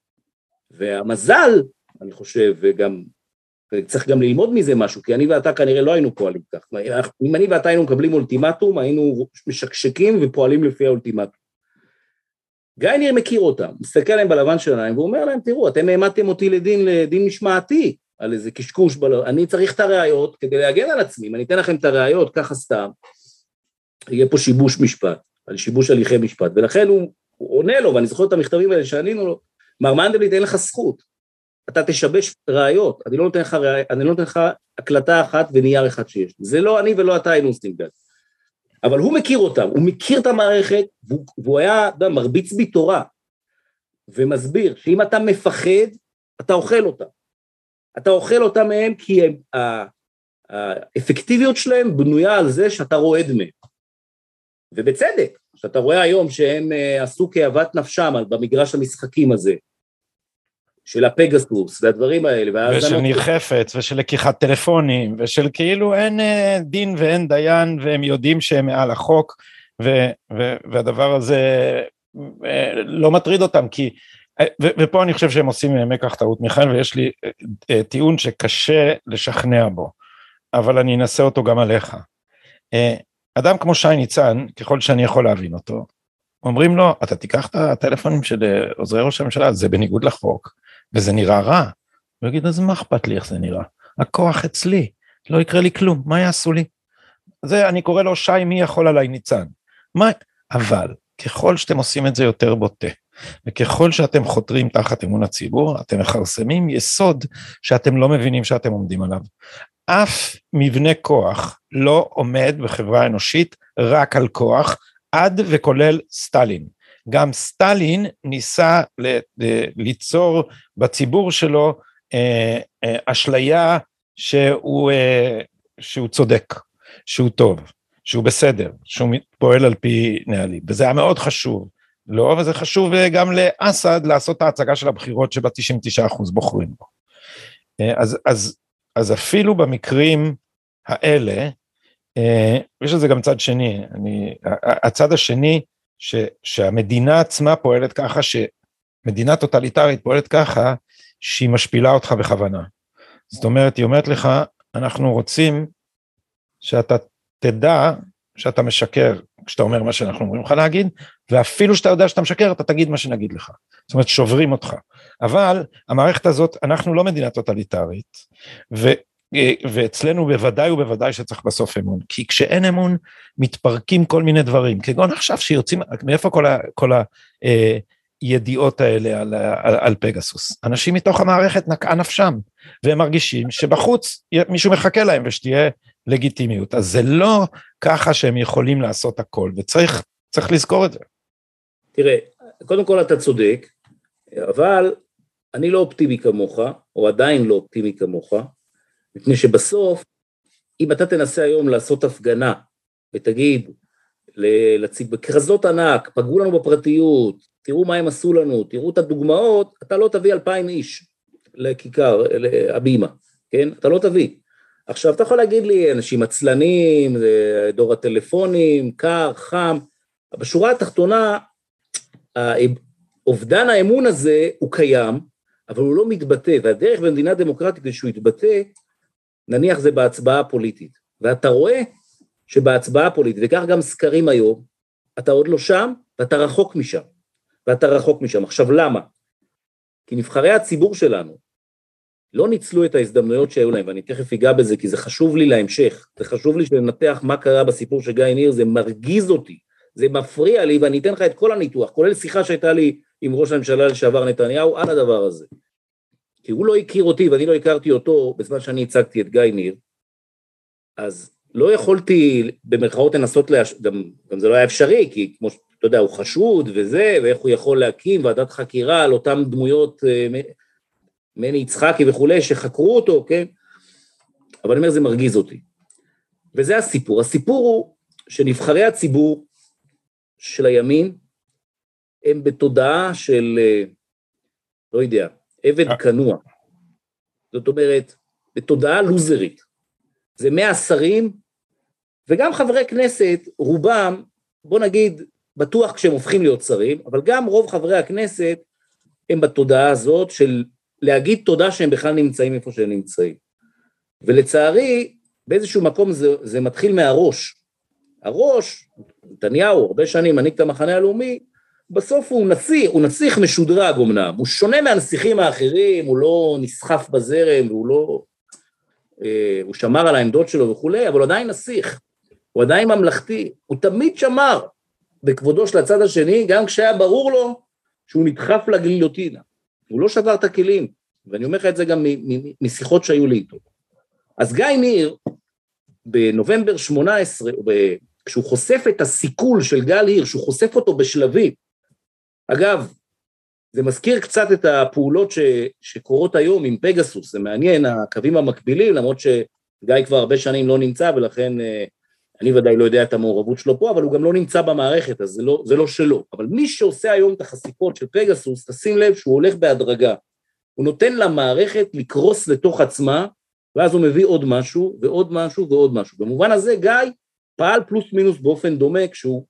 והמזל, אני חושב, וגם, צריך גם ללמוד מזה משהו, כי אני ואתה כנראה לא היינו פועלים כך. אם אני ואתה היינו מקבלים אולטימטום, היינו משקשקים ופועלים לפי האולטימטום. גיא ניר מכיר אותם, מסתכל עליהם בלבן של העיניים, והוא אומר להם, תראו, אתם העמדתם אותי לדין משמעתי, על איזה קשקוש, אני צריך את הראיות כדי להגן על עצמי, אם אני אתן לכם את הראיות, ככה סתם, יהיה פה שיבוש משפט, על שיבוש הליכי משפט, ולכן הוא עונה לו, ואני זוכר את המכתבים האלה שענינו לו, מר מנדלבליט, אין לך זכות, אתה תשבש ראיות, אני לא נותן לך הקלטה אחת ונייר אחד שיש, זה לא אני ולא אתה היינו עושים גד, אבל הוא מכיר אותם, הוא מכיר את המערכת, והוא היה מרביץ בי תורה, ומסביר שאם אתה מפחד, אתה אוכל אותם, אתה אוכל אותם מהם, כי האפקטיביות שלהם בנויה על זה שאתה רועד מהם, ובצדק, שאתה רואה היום שהם עשו כאוות נפשם במגרש המשחקים הזה, של הפגסוס והדברים האלה. ושל ניר חפץ ושל לקיחת טלפונים, ושל כאילו אין דין ואין דיין, והם יודעים שהם מעל החוק, והדבר הזה לא מטריד אותם, ופה אני חושב שהם עושים מקח טעות מיכאל, ויש לי טיעון שקשה לשכנע בו, אבל אני אנסה אותו גם עליך. אדם כמו שי ניצן, ככל שאני יכול להבין אותו, אומרים לו, אתה תיקח את הטלפונים של עוזרי ראש הממשלה, זה בניגוד לחוק, וזה נראה רע. הוא יגיד, אז מה אכפת לי איך זה נראה? הכוח אצלי, לא יקרה לי כלום, מה יעשו לי? זה אני קורא לו שי, מי יכול עליי ניצן? אבל ככל שאתם עושים את זה יותר בוטה, וככל שאתם חותרים תחת אמון הציבור, אתם מחרסמים יסוד שאתם לא מבינים שאתם עומדים עליו. אף מבנה כוח לא עומד בחברה אנושית רק על כוח, עד וכולל סטלין. גם סטלין ניסה ליצור בציבור שלו אשליה שהוא צודק, שהוא טוב, שהוא בסדר, שהוא פועל על פי נהלים, וזה היה מאוד חשוב. לא, וזה חשוב גם לאסד לעשות את ההצגה של הבחירות שבה 99% בוחרים בו. אז אפילו במקרים האלה, יש לזה גם צד שני, הצד השני, שהמדינה עצמה פועלת ככה, שמדינה טוטליטרית פועלת ככה, שהיא משפילה אותך בכוונה. זאת אומרת, היא אומרת לך, אנחנו רוצים שאתה תדע שאתה משקר, כשאתה אומר מה שאנחנו אומרים לך להגיד, ואפילו שאתה יודע שאתה משקר, אתה תגיד מה שנגיד לך. זאת אומרת, שוברים אותך. אבל המערכת הזאת, אנחנו לא מדינה טוטליטרית, ואצלנו בוודאי ובוודאי שצריך בסוף אמון, כי כשאין אמון, מתפרקים כל מיני דברים, כגון עכשיו שיוצאים, מאיפה כל הידיעות האלה על פגסוס. אנשים מתוך המערכת נקעה נפשם, והם מרגישים שבחוץ מישהו מחכה להם ושתהיה לגיטימיות. אז זה לא ככה שהם יכולים לעשות הכל, וצריך לזכור את זה. תראה, קודם כל אתה צודק, אבל אני לא אופטימי כמוך, או עדיין לא אופטימי כמוך, מפני שבסוף, אם אתה תנסה היום לעשות הפגנה, ותגיד, בכרזות ענק, פגעו לנו בפרטיות, תראו מה הם עשו לנו, תראו את הדוגמאות, אתה לא תביא 2,000 איש לכיכר, להבימה, כן? אתה לא תביא. עכשיו, אתה יכול להגיד לי, אנשים עצלנים, דור הטלפונים, קר, חם, בשורה התחתונה, אובדן האמון הזה הוא קיים, אבל הוא לא מתבטא, והדרך במדינה דמוקרטית שהוא יתבטא, נניח זה בהצבעה הפוליטית, ואתה רואה שבהצבעה הפוליטית, וכך גם סקרים היום, אתה עוד לא שם, ואתה רחוק משם, עכשיו למה? כי נבחרי הציבור שלנו, לא ניצלו את ההזדמנויות שהיו להם, ואני תכף אגע בזה, כי זה חשוב לי להמשך, זה חשוב לי לנתח מה קרה בסיפור של גיא ניר, זה מרגיז אותי, זה מפריע לי, ואני אתן לך את כל הניתוח, כולל שיחה שהייתה לי עם ראש הממשלה לשעבר נתניהו, על הדבר הזה. כי הוא לא הכיר אותי, ואני לא הכרתי אותו, בזמן שאני הצגתי את גיא ניר, אז לא יכולתי במרכאות לנסות, גם זה לא היה אפשרי, כי כמו שאתה יודע, הוא חשוד וזה, ואיך הוא יכול להקים ועדת חקירה על אותם דמויות, מני יצחקי וכולי, שחקרו אותו, כן? אבל אני אומר, זה מרגיז אותי. וזה הסיפור. הסיפור הוא שנבחרי הציבור של הימין, הם בתודעה של, לא יודע, עבד כנוע. זאת אומרת, בתודעה לוזרית. זה 100 שרים, וגם חברי כנסת, רובם, בוא נגיד, בטוח כשהם הופכים להיות שרים, אבל גם רוב חברי הכנסת, הם בתודעה הזאת של להגיד תודה שהם בכלל נמצאים איפה שהם נמצאים. ולצערי, באיזשהו מקום זה מתחיל מהראש. הראש, נתניהו, הרבה שנים מנהיג את המחנה הלאומי, בסוף הוא נסיך משודרג אמנם, הוא שונה מהנסיכים האחרים, הוא לא נסחף בזרם, הוא שמר על העמדות שלו וכולי, אבל הוא עדיין נסיך, הוא עדיין ממלכתי, הוא תמיד שמר בכבודו של הצד השני, גם כשהיה ברור לו שהוא נדחף לגליוטינה, הוא לא שבר את הכלים, ואני אומר לך את זה גם משיחות שהיו לי איתו. אז גיא ניר, בנובמבר 18, כשהוא חושף את הסיכול של גל היר, שהוא חושף אותו בשלבים, אגב, זה מזכיר קצת את הפעולות שקורות היום עם פגסוס, זה מעניין, הקווים המקבילים, למרות שגיא כבר הרבה שנים לא נמצא, ולכן אני ודאי לא יודע את המעורבות שלו פה, אבל הוא גם לא נמצא במערכת, אז זה לא שלו. אבל מי שעושה היום את החשיפות של פגסוס, תשים לב שהוא הולך בהדרגה, הוא נותן למערכת לקרוס לתוך עצמה, ואז הוא מביא עוד משהו, ועוד משהו, ועוד משהו. במובן הזה גיא פעל פלוס מינוס באופן דומה, כשהוא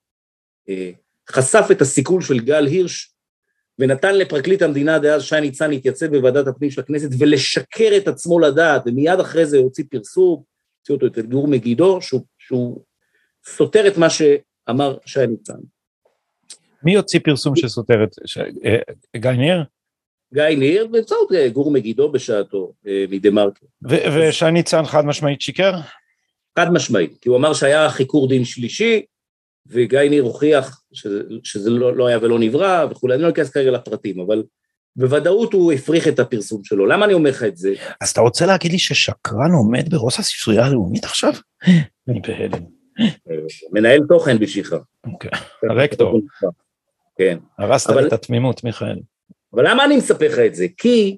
חשף את הסיכול של גל הירש, ונתן לפרקליט המדינה דאז שי ניצן להתייצב בוועדת הפנים של הכנסת, ולשקר את עצמו לדעת, ומיד אחרי זה הוציא פרסום, הוציא אותו את גור מגידו, שהוא סותר את מה שאמר שי ניצן. מי הוציא פרסום שסותר את גיא ניר? גיא ניר, באמצעות גור מגידו בשעתו, מדמרקר. ושי ניצן חד משמעית שיקר? חד משמעית, כי הוא אמר שהיה חיקור דין שלישי, וגיא ניר הוכיח שזה לא היה ולא נברא, וכולי, אני לא אכנס כרגע לפרטים, אבל בוודאות הוא הפריך את הפרסום שלו. למה אני אומר לך את זה? אז אתה רוצה להגיד לי ששקרן עומד בראש הספרייה הלאומית עכשיו? אני בהלם. מנהל תוכן בשבילך. אוקיי, הרקטור. כן. הרסת לי את התמימות, מיכאל. אבל למה אני מספר לך את זה? כי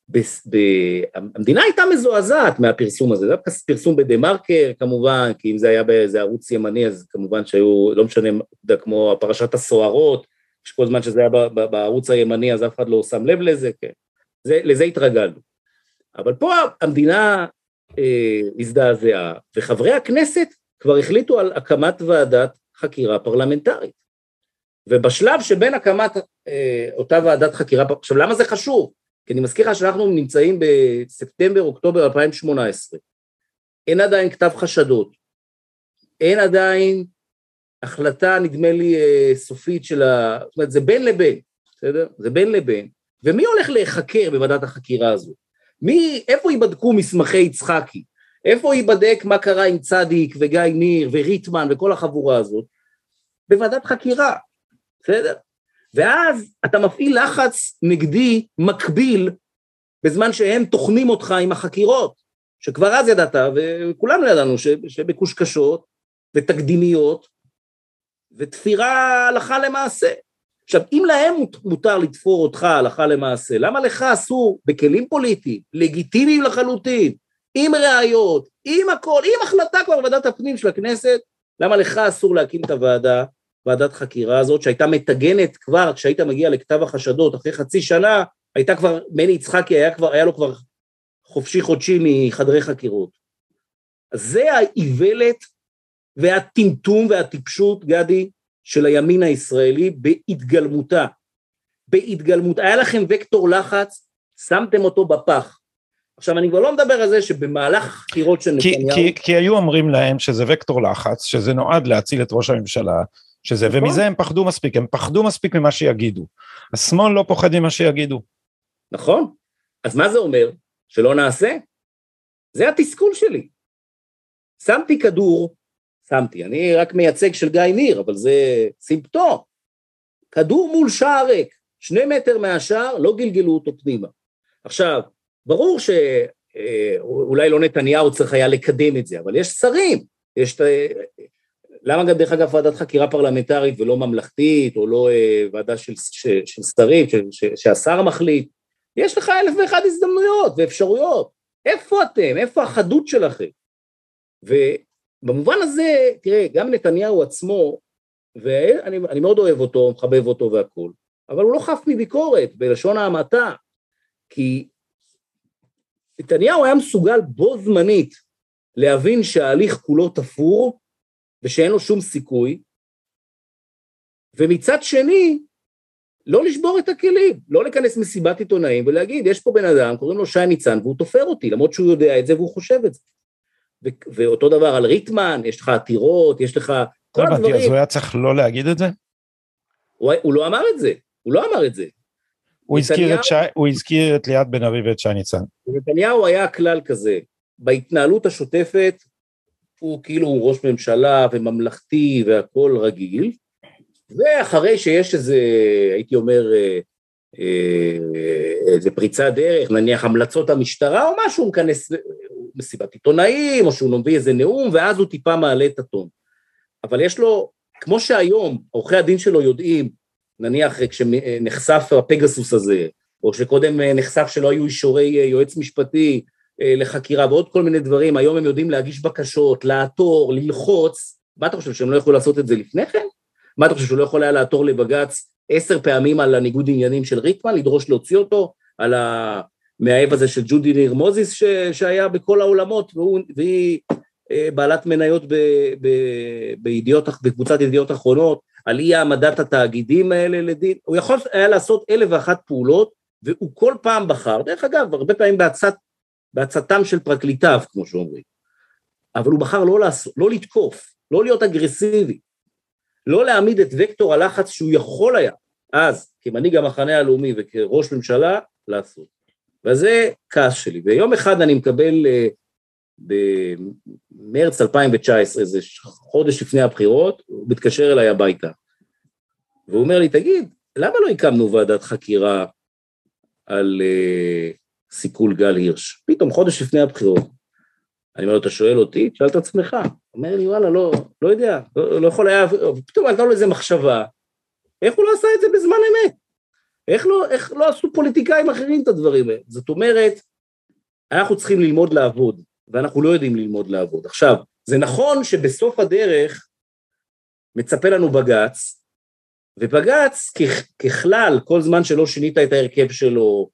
המדינה הייתה מזועזעת מהפרסום הזה, זה היה פרסום בדמרקר כמובן, כי אם זה היה באיזה ערוץ ימני, אז כמובן שהיו, לא משנה, כמו פרשת הסוהרות, שכל זמן שזה היה בערוץ הימני, אז אף אחד לא שם לב לזה, כן. לזה התרגלנו. אבל פה המדינה הזדעזעה, וחברי הכנסת כבר החליטו על הקמת ועדת חקירה פרלמנטרית. ובשלב שבין הקמת אותה ועדת חקירה, עכשיו למה זה חשוב? כי אני מזכיר לך שאנחנו נמצאים בספטמבר, אוקטובר 2018, אין עדיין כתב חשדות, אין עדיין החלטה, נדמה לי, סופית של זאת אומרת, זה בין לבין, בסדר? זה בין לבין, ומי הולך להיחקר בוועדת החקירה הזו? איפה ייבדקו מסמכי יצחקי? איפה ייבדק מה קרה עם צדיק וגיא ניר וריטמן וכל החבורה הזאת? בוועדת חקירה, בסדר? ואז אתה מפעיל לחץ נגדי מקביל, בזמן שהם תוכנים אותך עם החקירות, שכבר אז ידעת, וכולנו ידענו שבקושקשות ותקדימיות, ותפירה הלכה למעשה. עכשיו, אם להם מותר לתפור אותך הלכה למעשה, למה לך אסור בכלים פוליטיים, לגיטימיים לחלוטין, עם ראיות, עם הכל, עם החלטה כבר ועדת הפנים של הכנסת, למה לך אסור להקים את ועדת חקירה הזאת, שהייתה מתגנת כבר, כשהיית מגיע לכתב החשדות, אחרי חצי שנה, הייתה כבר, מני יצחקי היה לו כבר חופשי חודשי מחדרי חקירות. אז זה האיוולת והטמטום והטיפשות, גדי, של הימין הישראלי בהתגלמותה. היה לכם וקטור לחץ, שמתם אותו בפח. עכשיו אני כבר לא מדבר על זה שבמהלך חקירות של נתניהו... כי היו אומרים להם שזה וקטור לחץ, שזה נועד להציל את ראש הממשלה, שזה, ומזה הם פחדו מספיק ממה שיגידו. השמאל לא פוחד ממה שיגידו. נכון. אז מה זה אומר? שלא נעשה? זה התסכול שלי. שמתי כדור, אני רק מייצג של גיא ניר, אבל זה סימפטום. כדור מול שער ריק, 2 מטר מהשער, לא גלגלו אותו פנימה. עכשיו, ברור שאולי לא נתניהו צריך היה לקדם את זה, אבל יש שרים, למה גם דרך אגב ועדת חקירה פרלמנטרית ולא ממלכתית, או לא ועדה של שרים, שהשר מחליט, יש לך 1,001 הזדמנויות ואפשרויות, איפה אתם? איפה החדות שלכם? ובמובן הזה, תראה, גם נתניהו עצמו, ואני מאוד אוהב אותו, מחבב אותו והכל, אבל הוא לא חף מביקורת, בלשון המעטה, כי נתניהו היה מסוגל בו זמנית, להבין שההליך כולו תפור, ושאין לו שום סיכוי, ומצד שני, לא לשבור את הכלים, לא לכנס מסיבת עיתונאים, ולהגיד, יש פה בן אדם, קוראים לו שי ניצן, והוא תופר אותי, למרות שהוא יודע את זה, והוא חושב את זה. ואותו דבר על ריטמן, יש לך עתירות, יש לך כל הדברים. אז הוא היה צריך לא להגיד את זה? הוא לא אמר את זה. הוא הזכיר את ליאת בן ארי ואת שי ניצן. נתניהו היה כלל כזה, בהתנהלות השוטפת, הוא כאילו ראש ממשלה וממלכתי והכל רגיל, ואחרי שיש איזה, הייתי אומר, איזה פריצה דרך, נניח המלצות המשטרה או משהו, הוא מכנס מסיבת עיתונאים, או שהוא מביא איזה נאום, ואז הוא טיפה מעלה את הטון. אבל יש לו, כמו שהיום, עורכי הדין שלו יודעים, נניח כשנחשף הפגסוס הזה, או שקודם נחשף שלא היו אישורי יועץ משפטי לחקירה, ועוד כל מיני דברים, היום הם יודעים להגיש בקשות, לעתור, ללחוץ, מה אתה חושב, שהם לא יכולו לעשות את זה לפני כן? מה אתה חושב, שהוא לא יכול היה לעתור לבג"ץ 10 פעמים על הניגוד עניינים של ריטמן, לדרוש להוציא אותו, על המאהב הזה של ג'ודי ניר מוזיס, שהיה בכל העולמות, והיא בעלת מניות בקבוצת ידיעות אחרונות, על אי העמדת התאגידים האלה לדין, הוא יכול היה לעשות 1,001 פעולות, והוא כל פעם בחר, דרך אגב, הרבה פעמים בעצתם של פרקליטיו, כמו שאומרים, אבל הוא בחר לא לתקוף, לא להיות אגרסיבי, לא להעמיד את וקטור הלחץ שהוא יכול היה, אז כמנהיג המחנה הלאומי וכראש ממשלה, לעשות. וזה כעס שלי. ויום אחד אני מקבל במרץ 2019, זה חודש לפני הבחירות, הוא מתקשר אליי הביתה, והוא אומר לי, תגיד, למה לא הקמנו ועדת חקירה על סיכול גל הירש? פתאום חודש לפני הבחירות. אני אומר לו, אתה שואל אותי? תשאל את עצמך. הוא אומר לי, וואלה, לא יודע, לא יכול היה, פתאום הייתה לו איזה מחשבה, איך הוא לא עשה את זה בזמן אמת? איך לא עשו פוליטיקאים אחרים את הדברים האלה? זאת אומרת, אנחנו צריכים ללמוד לעבוד, ואנחנו לא יודעים ללמוד לעבוד. עכשיו, זה נכון שבסוף הדרך מצפה לנו בג"ץ, ובג"ץ ככלל, כל זמן שלא שינית את ההרכב שלו,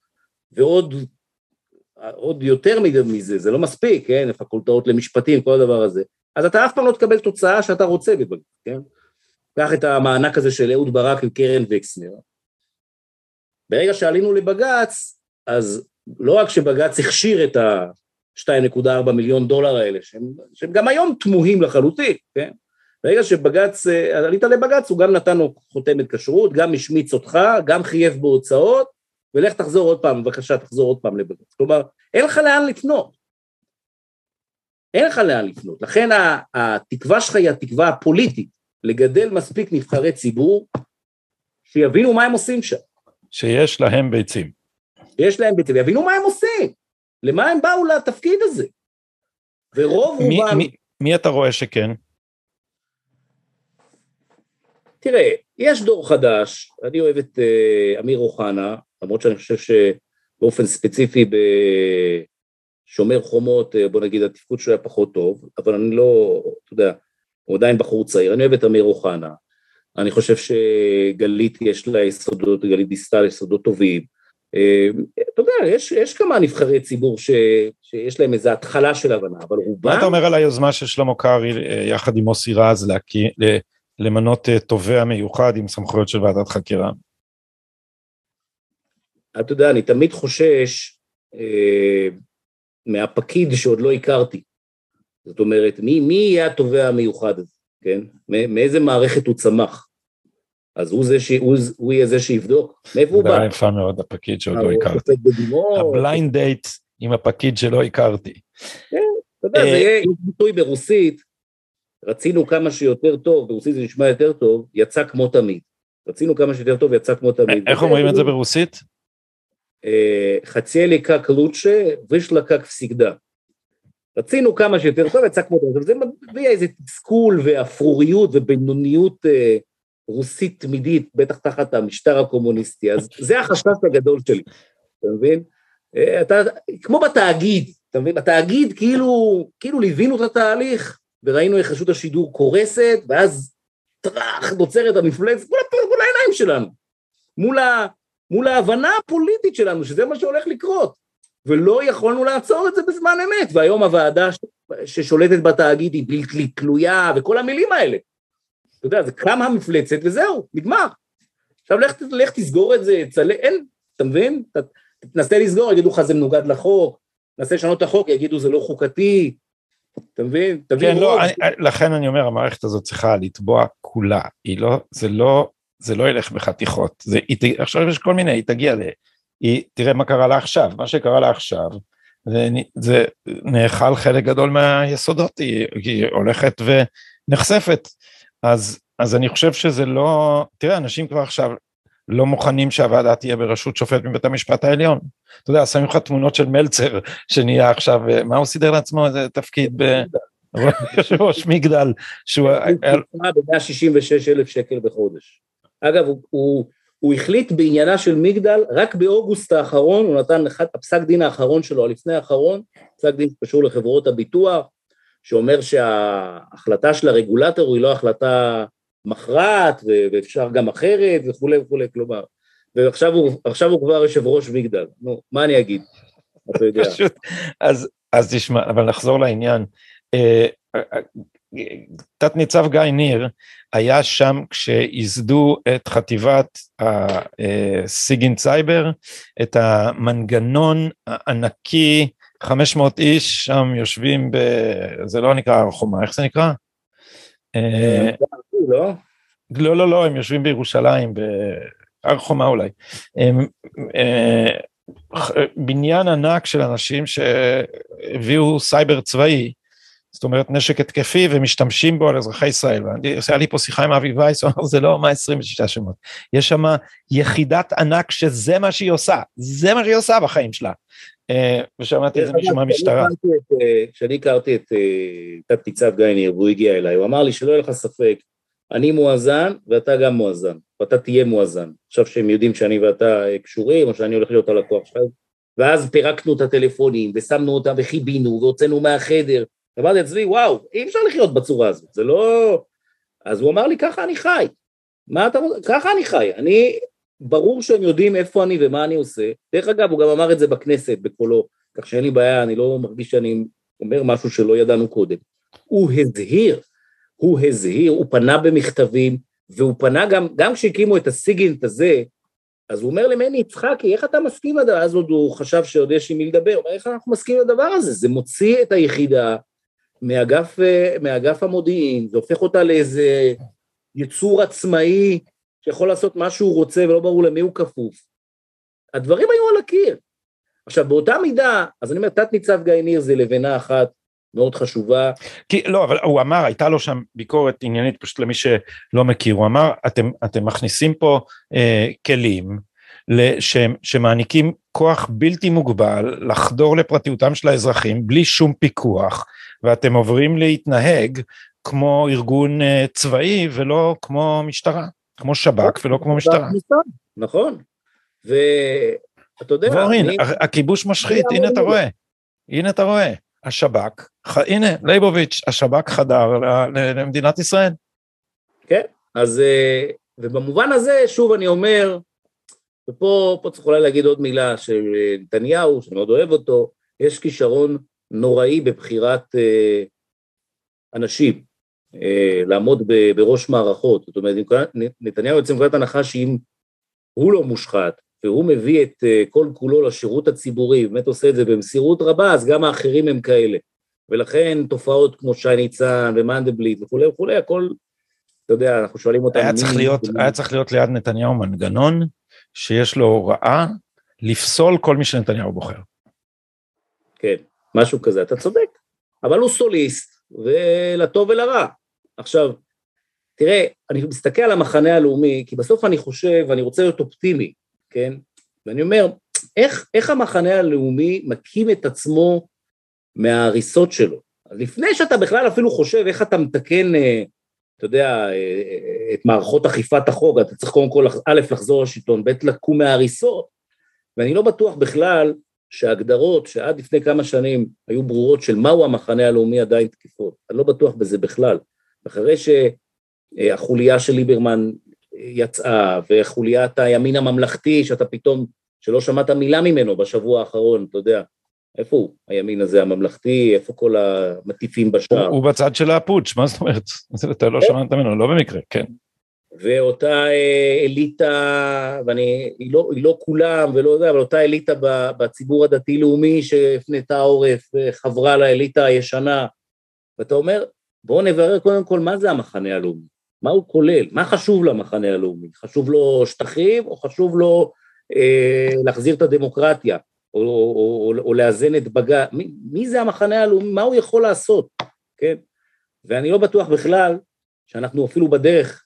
ועוד יותר מזה, זה לא מספיק, כן? פקולטאות למשפטים, כל הדבר הזה. אז אתה אף פעם לא תקבל תוצאה שאתה רוצה בבג"ץ, כן? קח את המענק הזה של אהוד ברק וקרן וקסנר. ברגע שעלינו לבג"ץ, אז לא רק שבג"ץ הכשיר את ה-2.4 מיליון דולר האלה, שהם גם היום תמוהים לחלוטין, כן? ברגע שבג"ץ, עלית לבג"ץ, הוא גם נתן לו חותמת כשרות, גם השמיץ אותך, גם חייב בהוצאות, ולך תחזור עוד פעם, בבקשה תחזור עוד פעם לבג"ץ. כלומר, אין לך לאן לפנות. אין לך לאן לפנות. לכן התקווה שלך היא התקווה הפוליטית, לגדל מספיק נבחרי ציבור, שיבינו מה הם עושים שם. שיש להם ביצים. יש להם ביצים, יבינו מה הם עושים. למה הם באו לתפקיד הזה? ורוב רובם... מי אתה רואה שכן? תראה, יש דור חדש, אני אוהב את אמיר אוחנה, למרות שאני חושב שבאופן ספציפי בשומר חומות, בוא נגיד, התפקוד שלו היה פחות טוב, אבל אני לא, אתה יודע, הוא עדיין בחור צעיר, אני אוהב את אמיר אוחנה, אני חושב שגלית יש לה יסודות, גלית דיסטל יסודות טובים, אתה יודע, יש כמה נבחרי ציבור שיש להם איזו התחלה של הבנה, אבל רובם... מה אתה אומר על היוזמה של שלמה קרעי יחד עם מוסי רז למנות תובע מיוחד עם סמכויות של ועדת חקירה? אתה יודע, אני תמיד חושש מהפקיד שעוד לא הכרתי. זאת אומרת, מי יהיה התובע המיוחד הזה, כן? מאיזה מערכת הוא צמח? אז הוא יהיה זה שיבדוק. מאיפה הוא בא? זה יפה מאוד, הפקיד שעוד לא הכרתי. הבליינד דייט עם הפקיד שלא הכרתי. אתה יודע, זה יהיה ביטוי ברוסית, רצינו כמה שיותר טוב, ברוסית זה נשמע יותר טוב, יצא כמו תמיד. רצינו כמה שיותר טוב, יצא כמו תמיד. איך אומרים את זה ברוסית? חציאלי קק לוצ'ה, וישלה קק פסיגדה. רצינו כמה שיותר טוב, יצא כמו תמיד. זה מביא איזה תסכול ואפרוריות ובינוניות רוסית תמידית, בטח תחת המשטר הקומוניסטי. אז זה החשש הגדול שלי, אתה מבין? כמו בתאגיד, אתה מבין? בתאגיד כאילו ליווינו את התהליך, וראינו איך רשות השידור קורסת, ואז טרח, נוצרת המפלצת, מול העיניים שלנו, מול ההבנה הפוליטית שלנו, שזה מה שהולך לקרות, ולא יכולנו לעצור את זה בזמן אמת, והיום הוועדה ששולטת בתאגיד היא בלתי תלויה, וכל המילים האלה, אתה יודע, זה קמה המפלצת, וזהו, נגמר. עכשיו לך תסגור את זה, אין, אתה מבין? תנסה לסגור, יגידו לך זה מנוגד לחוק, נסה לשנות את החוק, יגידו זה לא חוקתי, אתה מבין? כן, לא, לכן אני אומר, המערכת הזאת צריכה לתבוע כולה, זה לא ילך בחתיכות, עכשיו יש כל מיני, היא תגיע תראה מה קרה לה עכשיו, מה שקרה לה עכשיו, זה נאכל חלק גדול מהיסודות, היא הולכת ונחשפת, אז אני חושב שזה לא, תראה, אנשים כבר עכשיו לא מוכנים שהוועדה תהיה בראשות שופט מבית המשפט העליון, אתה יודע, שמים לך תמונות של מלצר, שנהיה עכשיו, מה הוא סידר לעצמו, איזה תפקיד ראש מגדל, שהוא... ב-166,000 שקל בחודש. אגב, הוא החליט בעניינה של מגדל, רק באוגוסט האחרון, הוא נתן הפסק דין האחרון שלו, לפני האחרון, פסק דין קשור לחברות הביטוח, שאומר שההחלטה של הרגולטור היא לא החלטה מכרעת, ואפשר גם אחרת, וכו' וכו', כלומר. ועכשיו הוא כבר יושב ראש מגדל. נו, מה אני אגיד? אתה יודע. אז תשמע, אבל נחזור לעניין. תת ניצב גיא ניר היה שם כשייסדו את חטיבת הסיגינט סייבר, את המנגנון הענקי, 500 איש שם יושבים זה לא נקרא הר חומה, איך זה נקרא? לא, הם יושבים בירושלים, בהר חומה אולי. בניין ענק של אנשים שהביאו סייבר צבאי, זאת אומרת נשק התקפי ומשתמשים בו על אזרחי ישראל, היה לי פה שיחה עם אבי וייס, הוא אמר זה לא 126 שמות, יש שם יחידת ענק שזה מה שהיא עושה, זה מה שהיא עושה בחיים שלה, ושמעתי את זה מישהו מהמשטרה. כשאני הכרתי את תת ניצב גיא ניר, והוא הגיע אליי, הוא אמר לי שלא יהיה לך ספק, אני מואזן ואתה גם מואזן, ואתה תהיה מואזן, עכשיו שהם יודעים שאני ואתה קשורים, או שאני הולך להיות הלקוח שלך, ואז פירקנו את הטלפונים, ושמנו אותם וחיבינו, והוצאנו מהחדר, אמרתי אצלי, וואו, אי אפשר לחיות בצורה הזאת, זה לא... אז הוא אמר לי, ככה אני חי. מה אתה... ככה אני חי. ברור שהם יודעים איפה אני ומה אני עושה. דרך אגב, הוא גם אמר את זה בכנסת, בקולו, כך שאין לי בעיה, אני לא מרגיש שאני אומר משהו שלא ידענו קודם. הוא הזהיר, הוא פנה במכתבים, והוא פנה גם כשהקימו את הסיגינט הזה, אז הוא אומר למני, יצחקי, איך אתה מסכים לדבר? אז עוד הוא חשב שעוד יש עם מי לדבר, הוא אומר, איך אנחנו מסכים לדבר הזה? זה מוציא את היחידה, מאגף המודיעין, זה הופך אותה לאיזה יצור עצמאי, שיכול לעשות מה שהוא רוצה, ולא ברור למי הוא כפוף. הדברים היו על הקיר. עכשיו, באותה מידה, אז אני אומר, תת ניצב גיא ניר זה לבנה אחת, מאוד חשובה. כי, לא, אבל הוא אמר, הייתה לו שם ביקורת עניינית, פשוט למי שלא מכיר, הוא אמר, אתם מכניסים פה כלים, שמעניקים כוח בלתי מוגבל, לחדור לפרטיותם של האזרחים, בלי שום פיקוח, ואתם עוברים להתנהג, כמו ארגון צבאי, ולא כמו משטרה, כמו שב"כ, ולא כמו משטרה. נכון, ואתה יודע... ואורין, הכיבוש משחית, הנה אתה רואה, השב"כ, הנה, ליבוביץ', השב"כ חדר למדינת ישראל. כן, אז, ובמובן הזה, שוב אני אומר, ופה צריך אולי להגיד עוד מילה של נתניהו, שאני מאוד אוהב אותו, יש כישרון נוראי בבחירת אנשים, לעמוד בראש מערכות, זאת אומרת, נתניהו יוצא מנקודת הנחה שאם הוא לא מושחת, והוא מביא את כל כולו לשירות הציבורי, באמת עושה את זה במסירות רבה, אז גם האחרים הם כאלה, ולכן תופעות כמו שי ניצן ומנדלבליט וכולי וכולי, הכל, אתה יודע, אנחנו שואלים אותם... היה צריך להיות ליד נתניהו מנגנון, שיש לו הוראה לפסול כל מי שנתניהו בוחר. כן, משהו כזה, אתה צודק, אבל הוא סוליסט, ולטוב ולרע. עכשיו, תראה, אני מסתכל על המחנה הלאומי, כי בסוף אני חושב, ואני רוצה להיות אופטימי, כן? ואני אומר, איך המחנה הלאומי מקים את עצמו מההריסות שלו? אז לפני שאתה בכלל אפילו חושב איך אתה מתקן, אתה יודע, את מערכות אכיפת החוק, אתה צריך קודם כל, א', לחזור לשלטון, ב', לקום מההריסות, ואני לא בטוח בכלל שההגדרות שעד לפני כמה שנים היו ברורות של מהו המחנה הלאומי עדיין תקיפות, אני לא בטוח בזה בכלל, אחרי שהחוליה של ליברמן יצאה, וחוליית הימין הממלכתי, שאתה פתאום, שלא שמעת מילה ממנו בשבוע האחרון, אתה יודע, איפה הוא, הימין הזה הממלכתי, איפה כל המטיפים בשער? הוא בצד של הפוטש, מה זאת אומרת? אתה לא שמעת ממנו, לא במקרה, כן. ואותה אליטה, היא לא כולם, ולא יודע, אבל אותה אליטה בציבור הדתי-לאומי, שהפנתה עורף, חברה לאליטה הישנה, ואתה אומר, בואו נברר קודם כל מה זה המחנה הלאומי, מה הוא כולל, מה חשוב למחנה הלאומי, חשוב לו שטחים, או חשוב לו להחזיר את הדמוקרטיה, או לאזן את בג"ץ, מי זה המחנה הלאומי, מה הוא יכול לעשות, כן? ואני לא בטוח בכלל, שאנחנו אפילו בדרך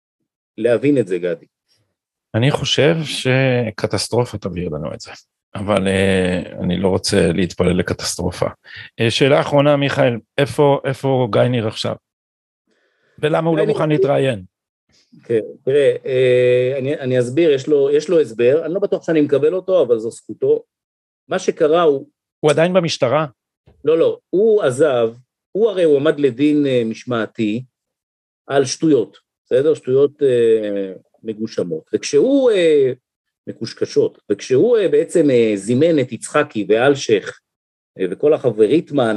להבין את זה, גדי. אני חושב שקטסטרופה תבהיר לנו את זה, אבל אני לא רוצה להתפלל לקטסטרופה. שאלה אחרונה, מיכאל, איפה גיא ניר עכשיו? ולמה הוא לא מוכן להתראיין? כן, תראה, אני אסביר, יש לו הסבר, אני לא בטוח שאני מקבל אותו, אבל זו זכותו. מה שקרה הוא... הוא עדיין במשטרה? לא, הוא עזב, הוא הרי הוא עמד לדין משמעתי על שטויות, בסדר? שטויות מגושמות, וכשהוא מקושקשות, וכשהוא בעצם זימן את יצחקי ואלשך וכל החבר ריטמן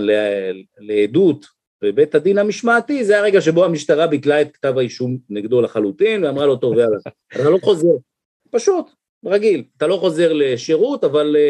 לעדות בבית הדין המשמעתי, זה הרגע שבו המשטרה ביטלה את כתב האישום נגדו לחלוטין, ואמרה לו, טוב, יאללה, אתה לא חוזר, פשוט, רגיל, אתה לא חוזר לשירות,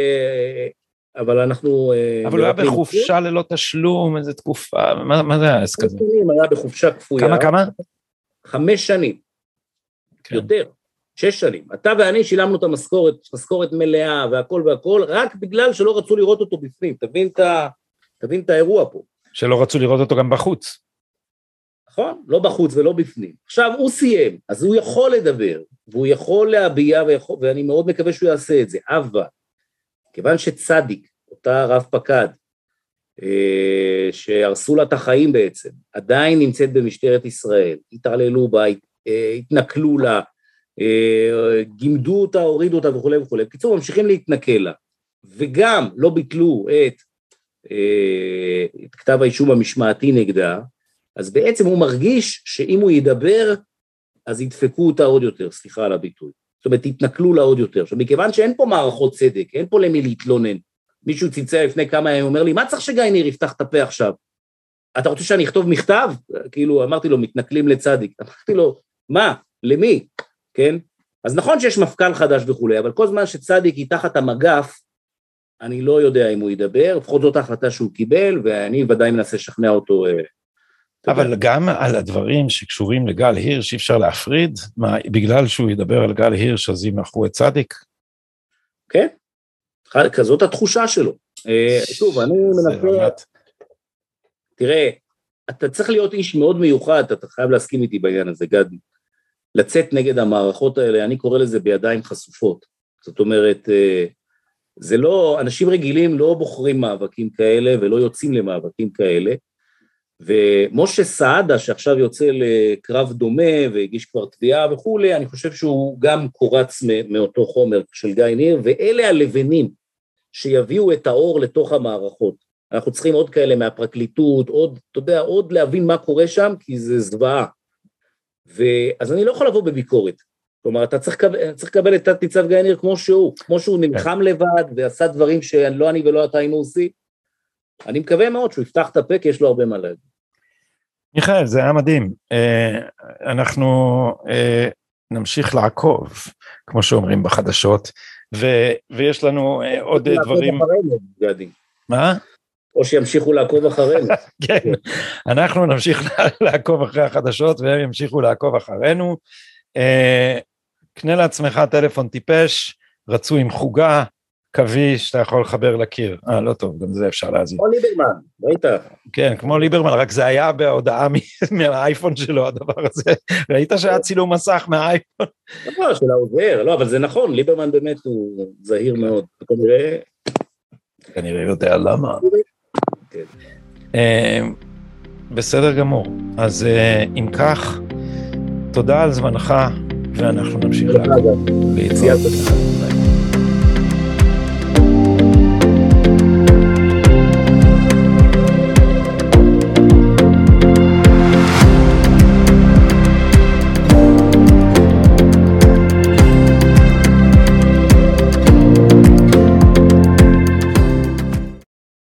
אבל אנחנו... אבל הוא היה בחופשה ללא תשלום, איזו תקופה, מה זה היה כזה? היה בחופשה כפויה. כמה? 5 שנים, יותר, 6 שנים. אתה ואני שילמנו את המשכורת מלאה והכל, רק בגלל שלא רצו לראות אותו בפנים. תבין את האירוע פה. שלא רצו לראות אותו גם בחוץ. נכון? לא בחוץ ולא בפנים. עכשיו הוא סיים, אז הוא יכול לדבר, והוא יכול להביע, ואני מאוד מקווה שהוא יעשה את זה, אבל, כיוון שצדיק, אותה רב פקד, שהרסו לה את החיים בעצם, עדיין נמצאת במשטרת ישראל, התעללו בה, התנכלו לה, גימדו אותה, הורידו אותה וכו' וכו'. בקיצור, ממשיכים להתנכל לה, וגם לא ביטלו את כתב האישום המשמעתי נגדה, אז בעצם הוא מרגיש שאם הוא ידבר, אז ידפקו אותה עוד יותר, סליחה על הביטוי. זאת אומרת, יתנכלו לה עוד יותר. עכשיו, מכיוון שאין פה מערכות צדק, אין פה למי להתלונן, מישהו צלצל לפני כמה ימים, אומר לי, מה צריך שגיא ניר יפתח את הפה עכשיו? אתה רוצה שאני אכתוב מכתב? כאילו, אמרתי לו, מתנכלים לצדיק. אמרתי לו, מה? למי? כן? אז נכון שיש מפכ"ל חדש וכו', אבל כל זמן שצדיק היא תחת המגף, אני לא יודע אם הוא ידבר, לפחות זאת ההחלטה שהוא קיבל, ואני ודאי מנסה לשכנע אותו. אבל גם על הדברים שקשורים לגל הירש, שאי אפשר להפריד, בגלל שהוא ידבר על גל הירש, אז ימחו את צדיק? כן, כזאת התחושה שלו. שוב, אני מנסה... תראה, אתה צריך להיות איש מאוד מיוחד, אתה חייב להסכים איתי בעניין הזה, גדי. לצאת נגד המערכות האלה, אני קורא לזה בידיים חשופות. זאת אומרת, זה לא, אנשים רגילים לא בוחרים מאבקים כאלה, ולא יוצאים למאבקים כאלה, ומשה סעדה, שעכשיו יוצא לקרב דומה, והגיש כבר תביעה וכולי, אני חושב שהוא גם קורץ מאותו חומר של גיא ניר, ואלה הלבנים שיביאו את האור לתוך המערכות. אנחנו צריכים עוד כאלה מהפרקליטות, עוד, אתה יודע, עוד להבין מה קורה שם, כי זה זוועה. אז אני לא יכול לבוא בביקורת. כלומר, אתה צריך לקבל את תת-ניצב גיא ניר כמו שהוא נלחם לבד, ועשה דברים שלא אני ולא אתה היינו עושים. אני מקווה מאוד שהוא יפתח את הפה, כי יש לו הרבה מה להגיד. מיכאל, זה היה מדהים. אנחנו נמשיך לעקוב, כמו שאומרים בחדשות, ויש לנו עוד דברים... מה? או שימשיכו לעקוב אחרינו. כן, אנחנו נמשיך לעקוב אחרי החדשות, והם ימשיכו לעקוב אחרינו. קנה לעצמך טלפון טיפש, רצו עם חוגה, קווי שאתה יכול לחבר לקיר. לא טוב, גם זה אפשר להזין. כמו ליברמן, ראית? כן, כמו ליברמן, רק זה היה בהודעה מהאייפון שלו, הדבר הזה. ראית שהיה צילום מסך מהאייפון? לא, של העוזר, לא, אבל זה נכון, ליברמן באמת הוא זהיר מאוד. כנראה יודע למה. בסדר גמור. אז אם כך, תודה על זמנך, ואנחנו נמשיך להתראות.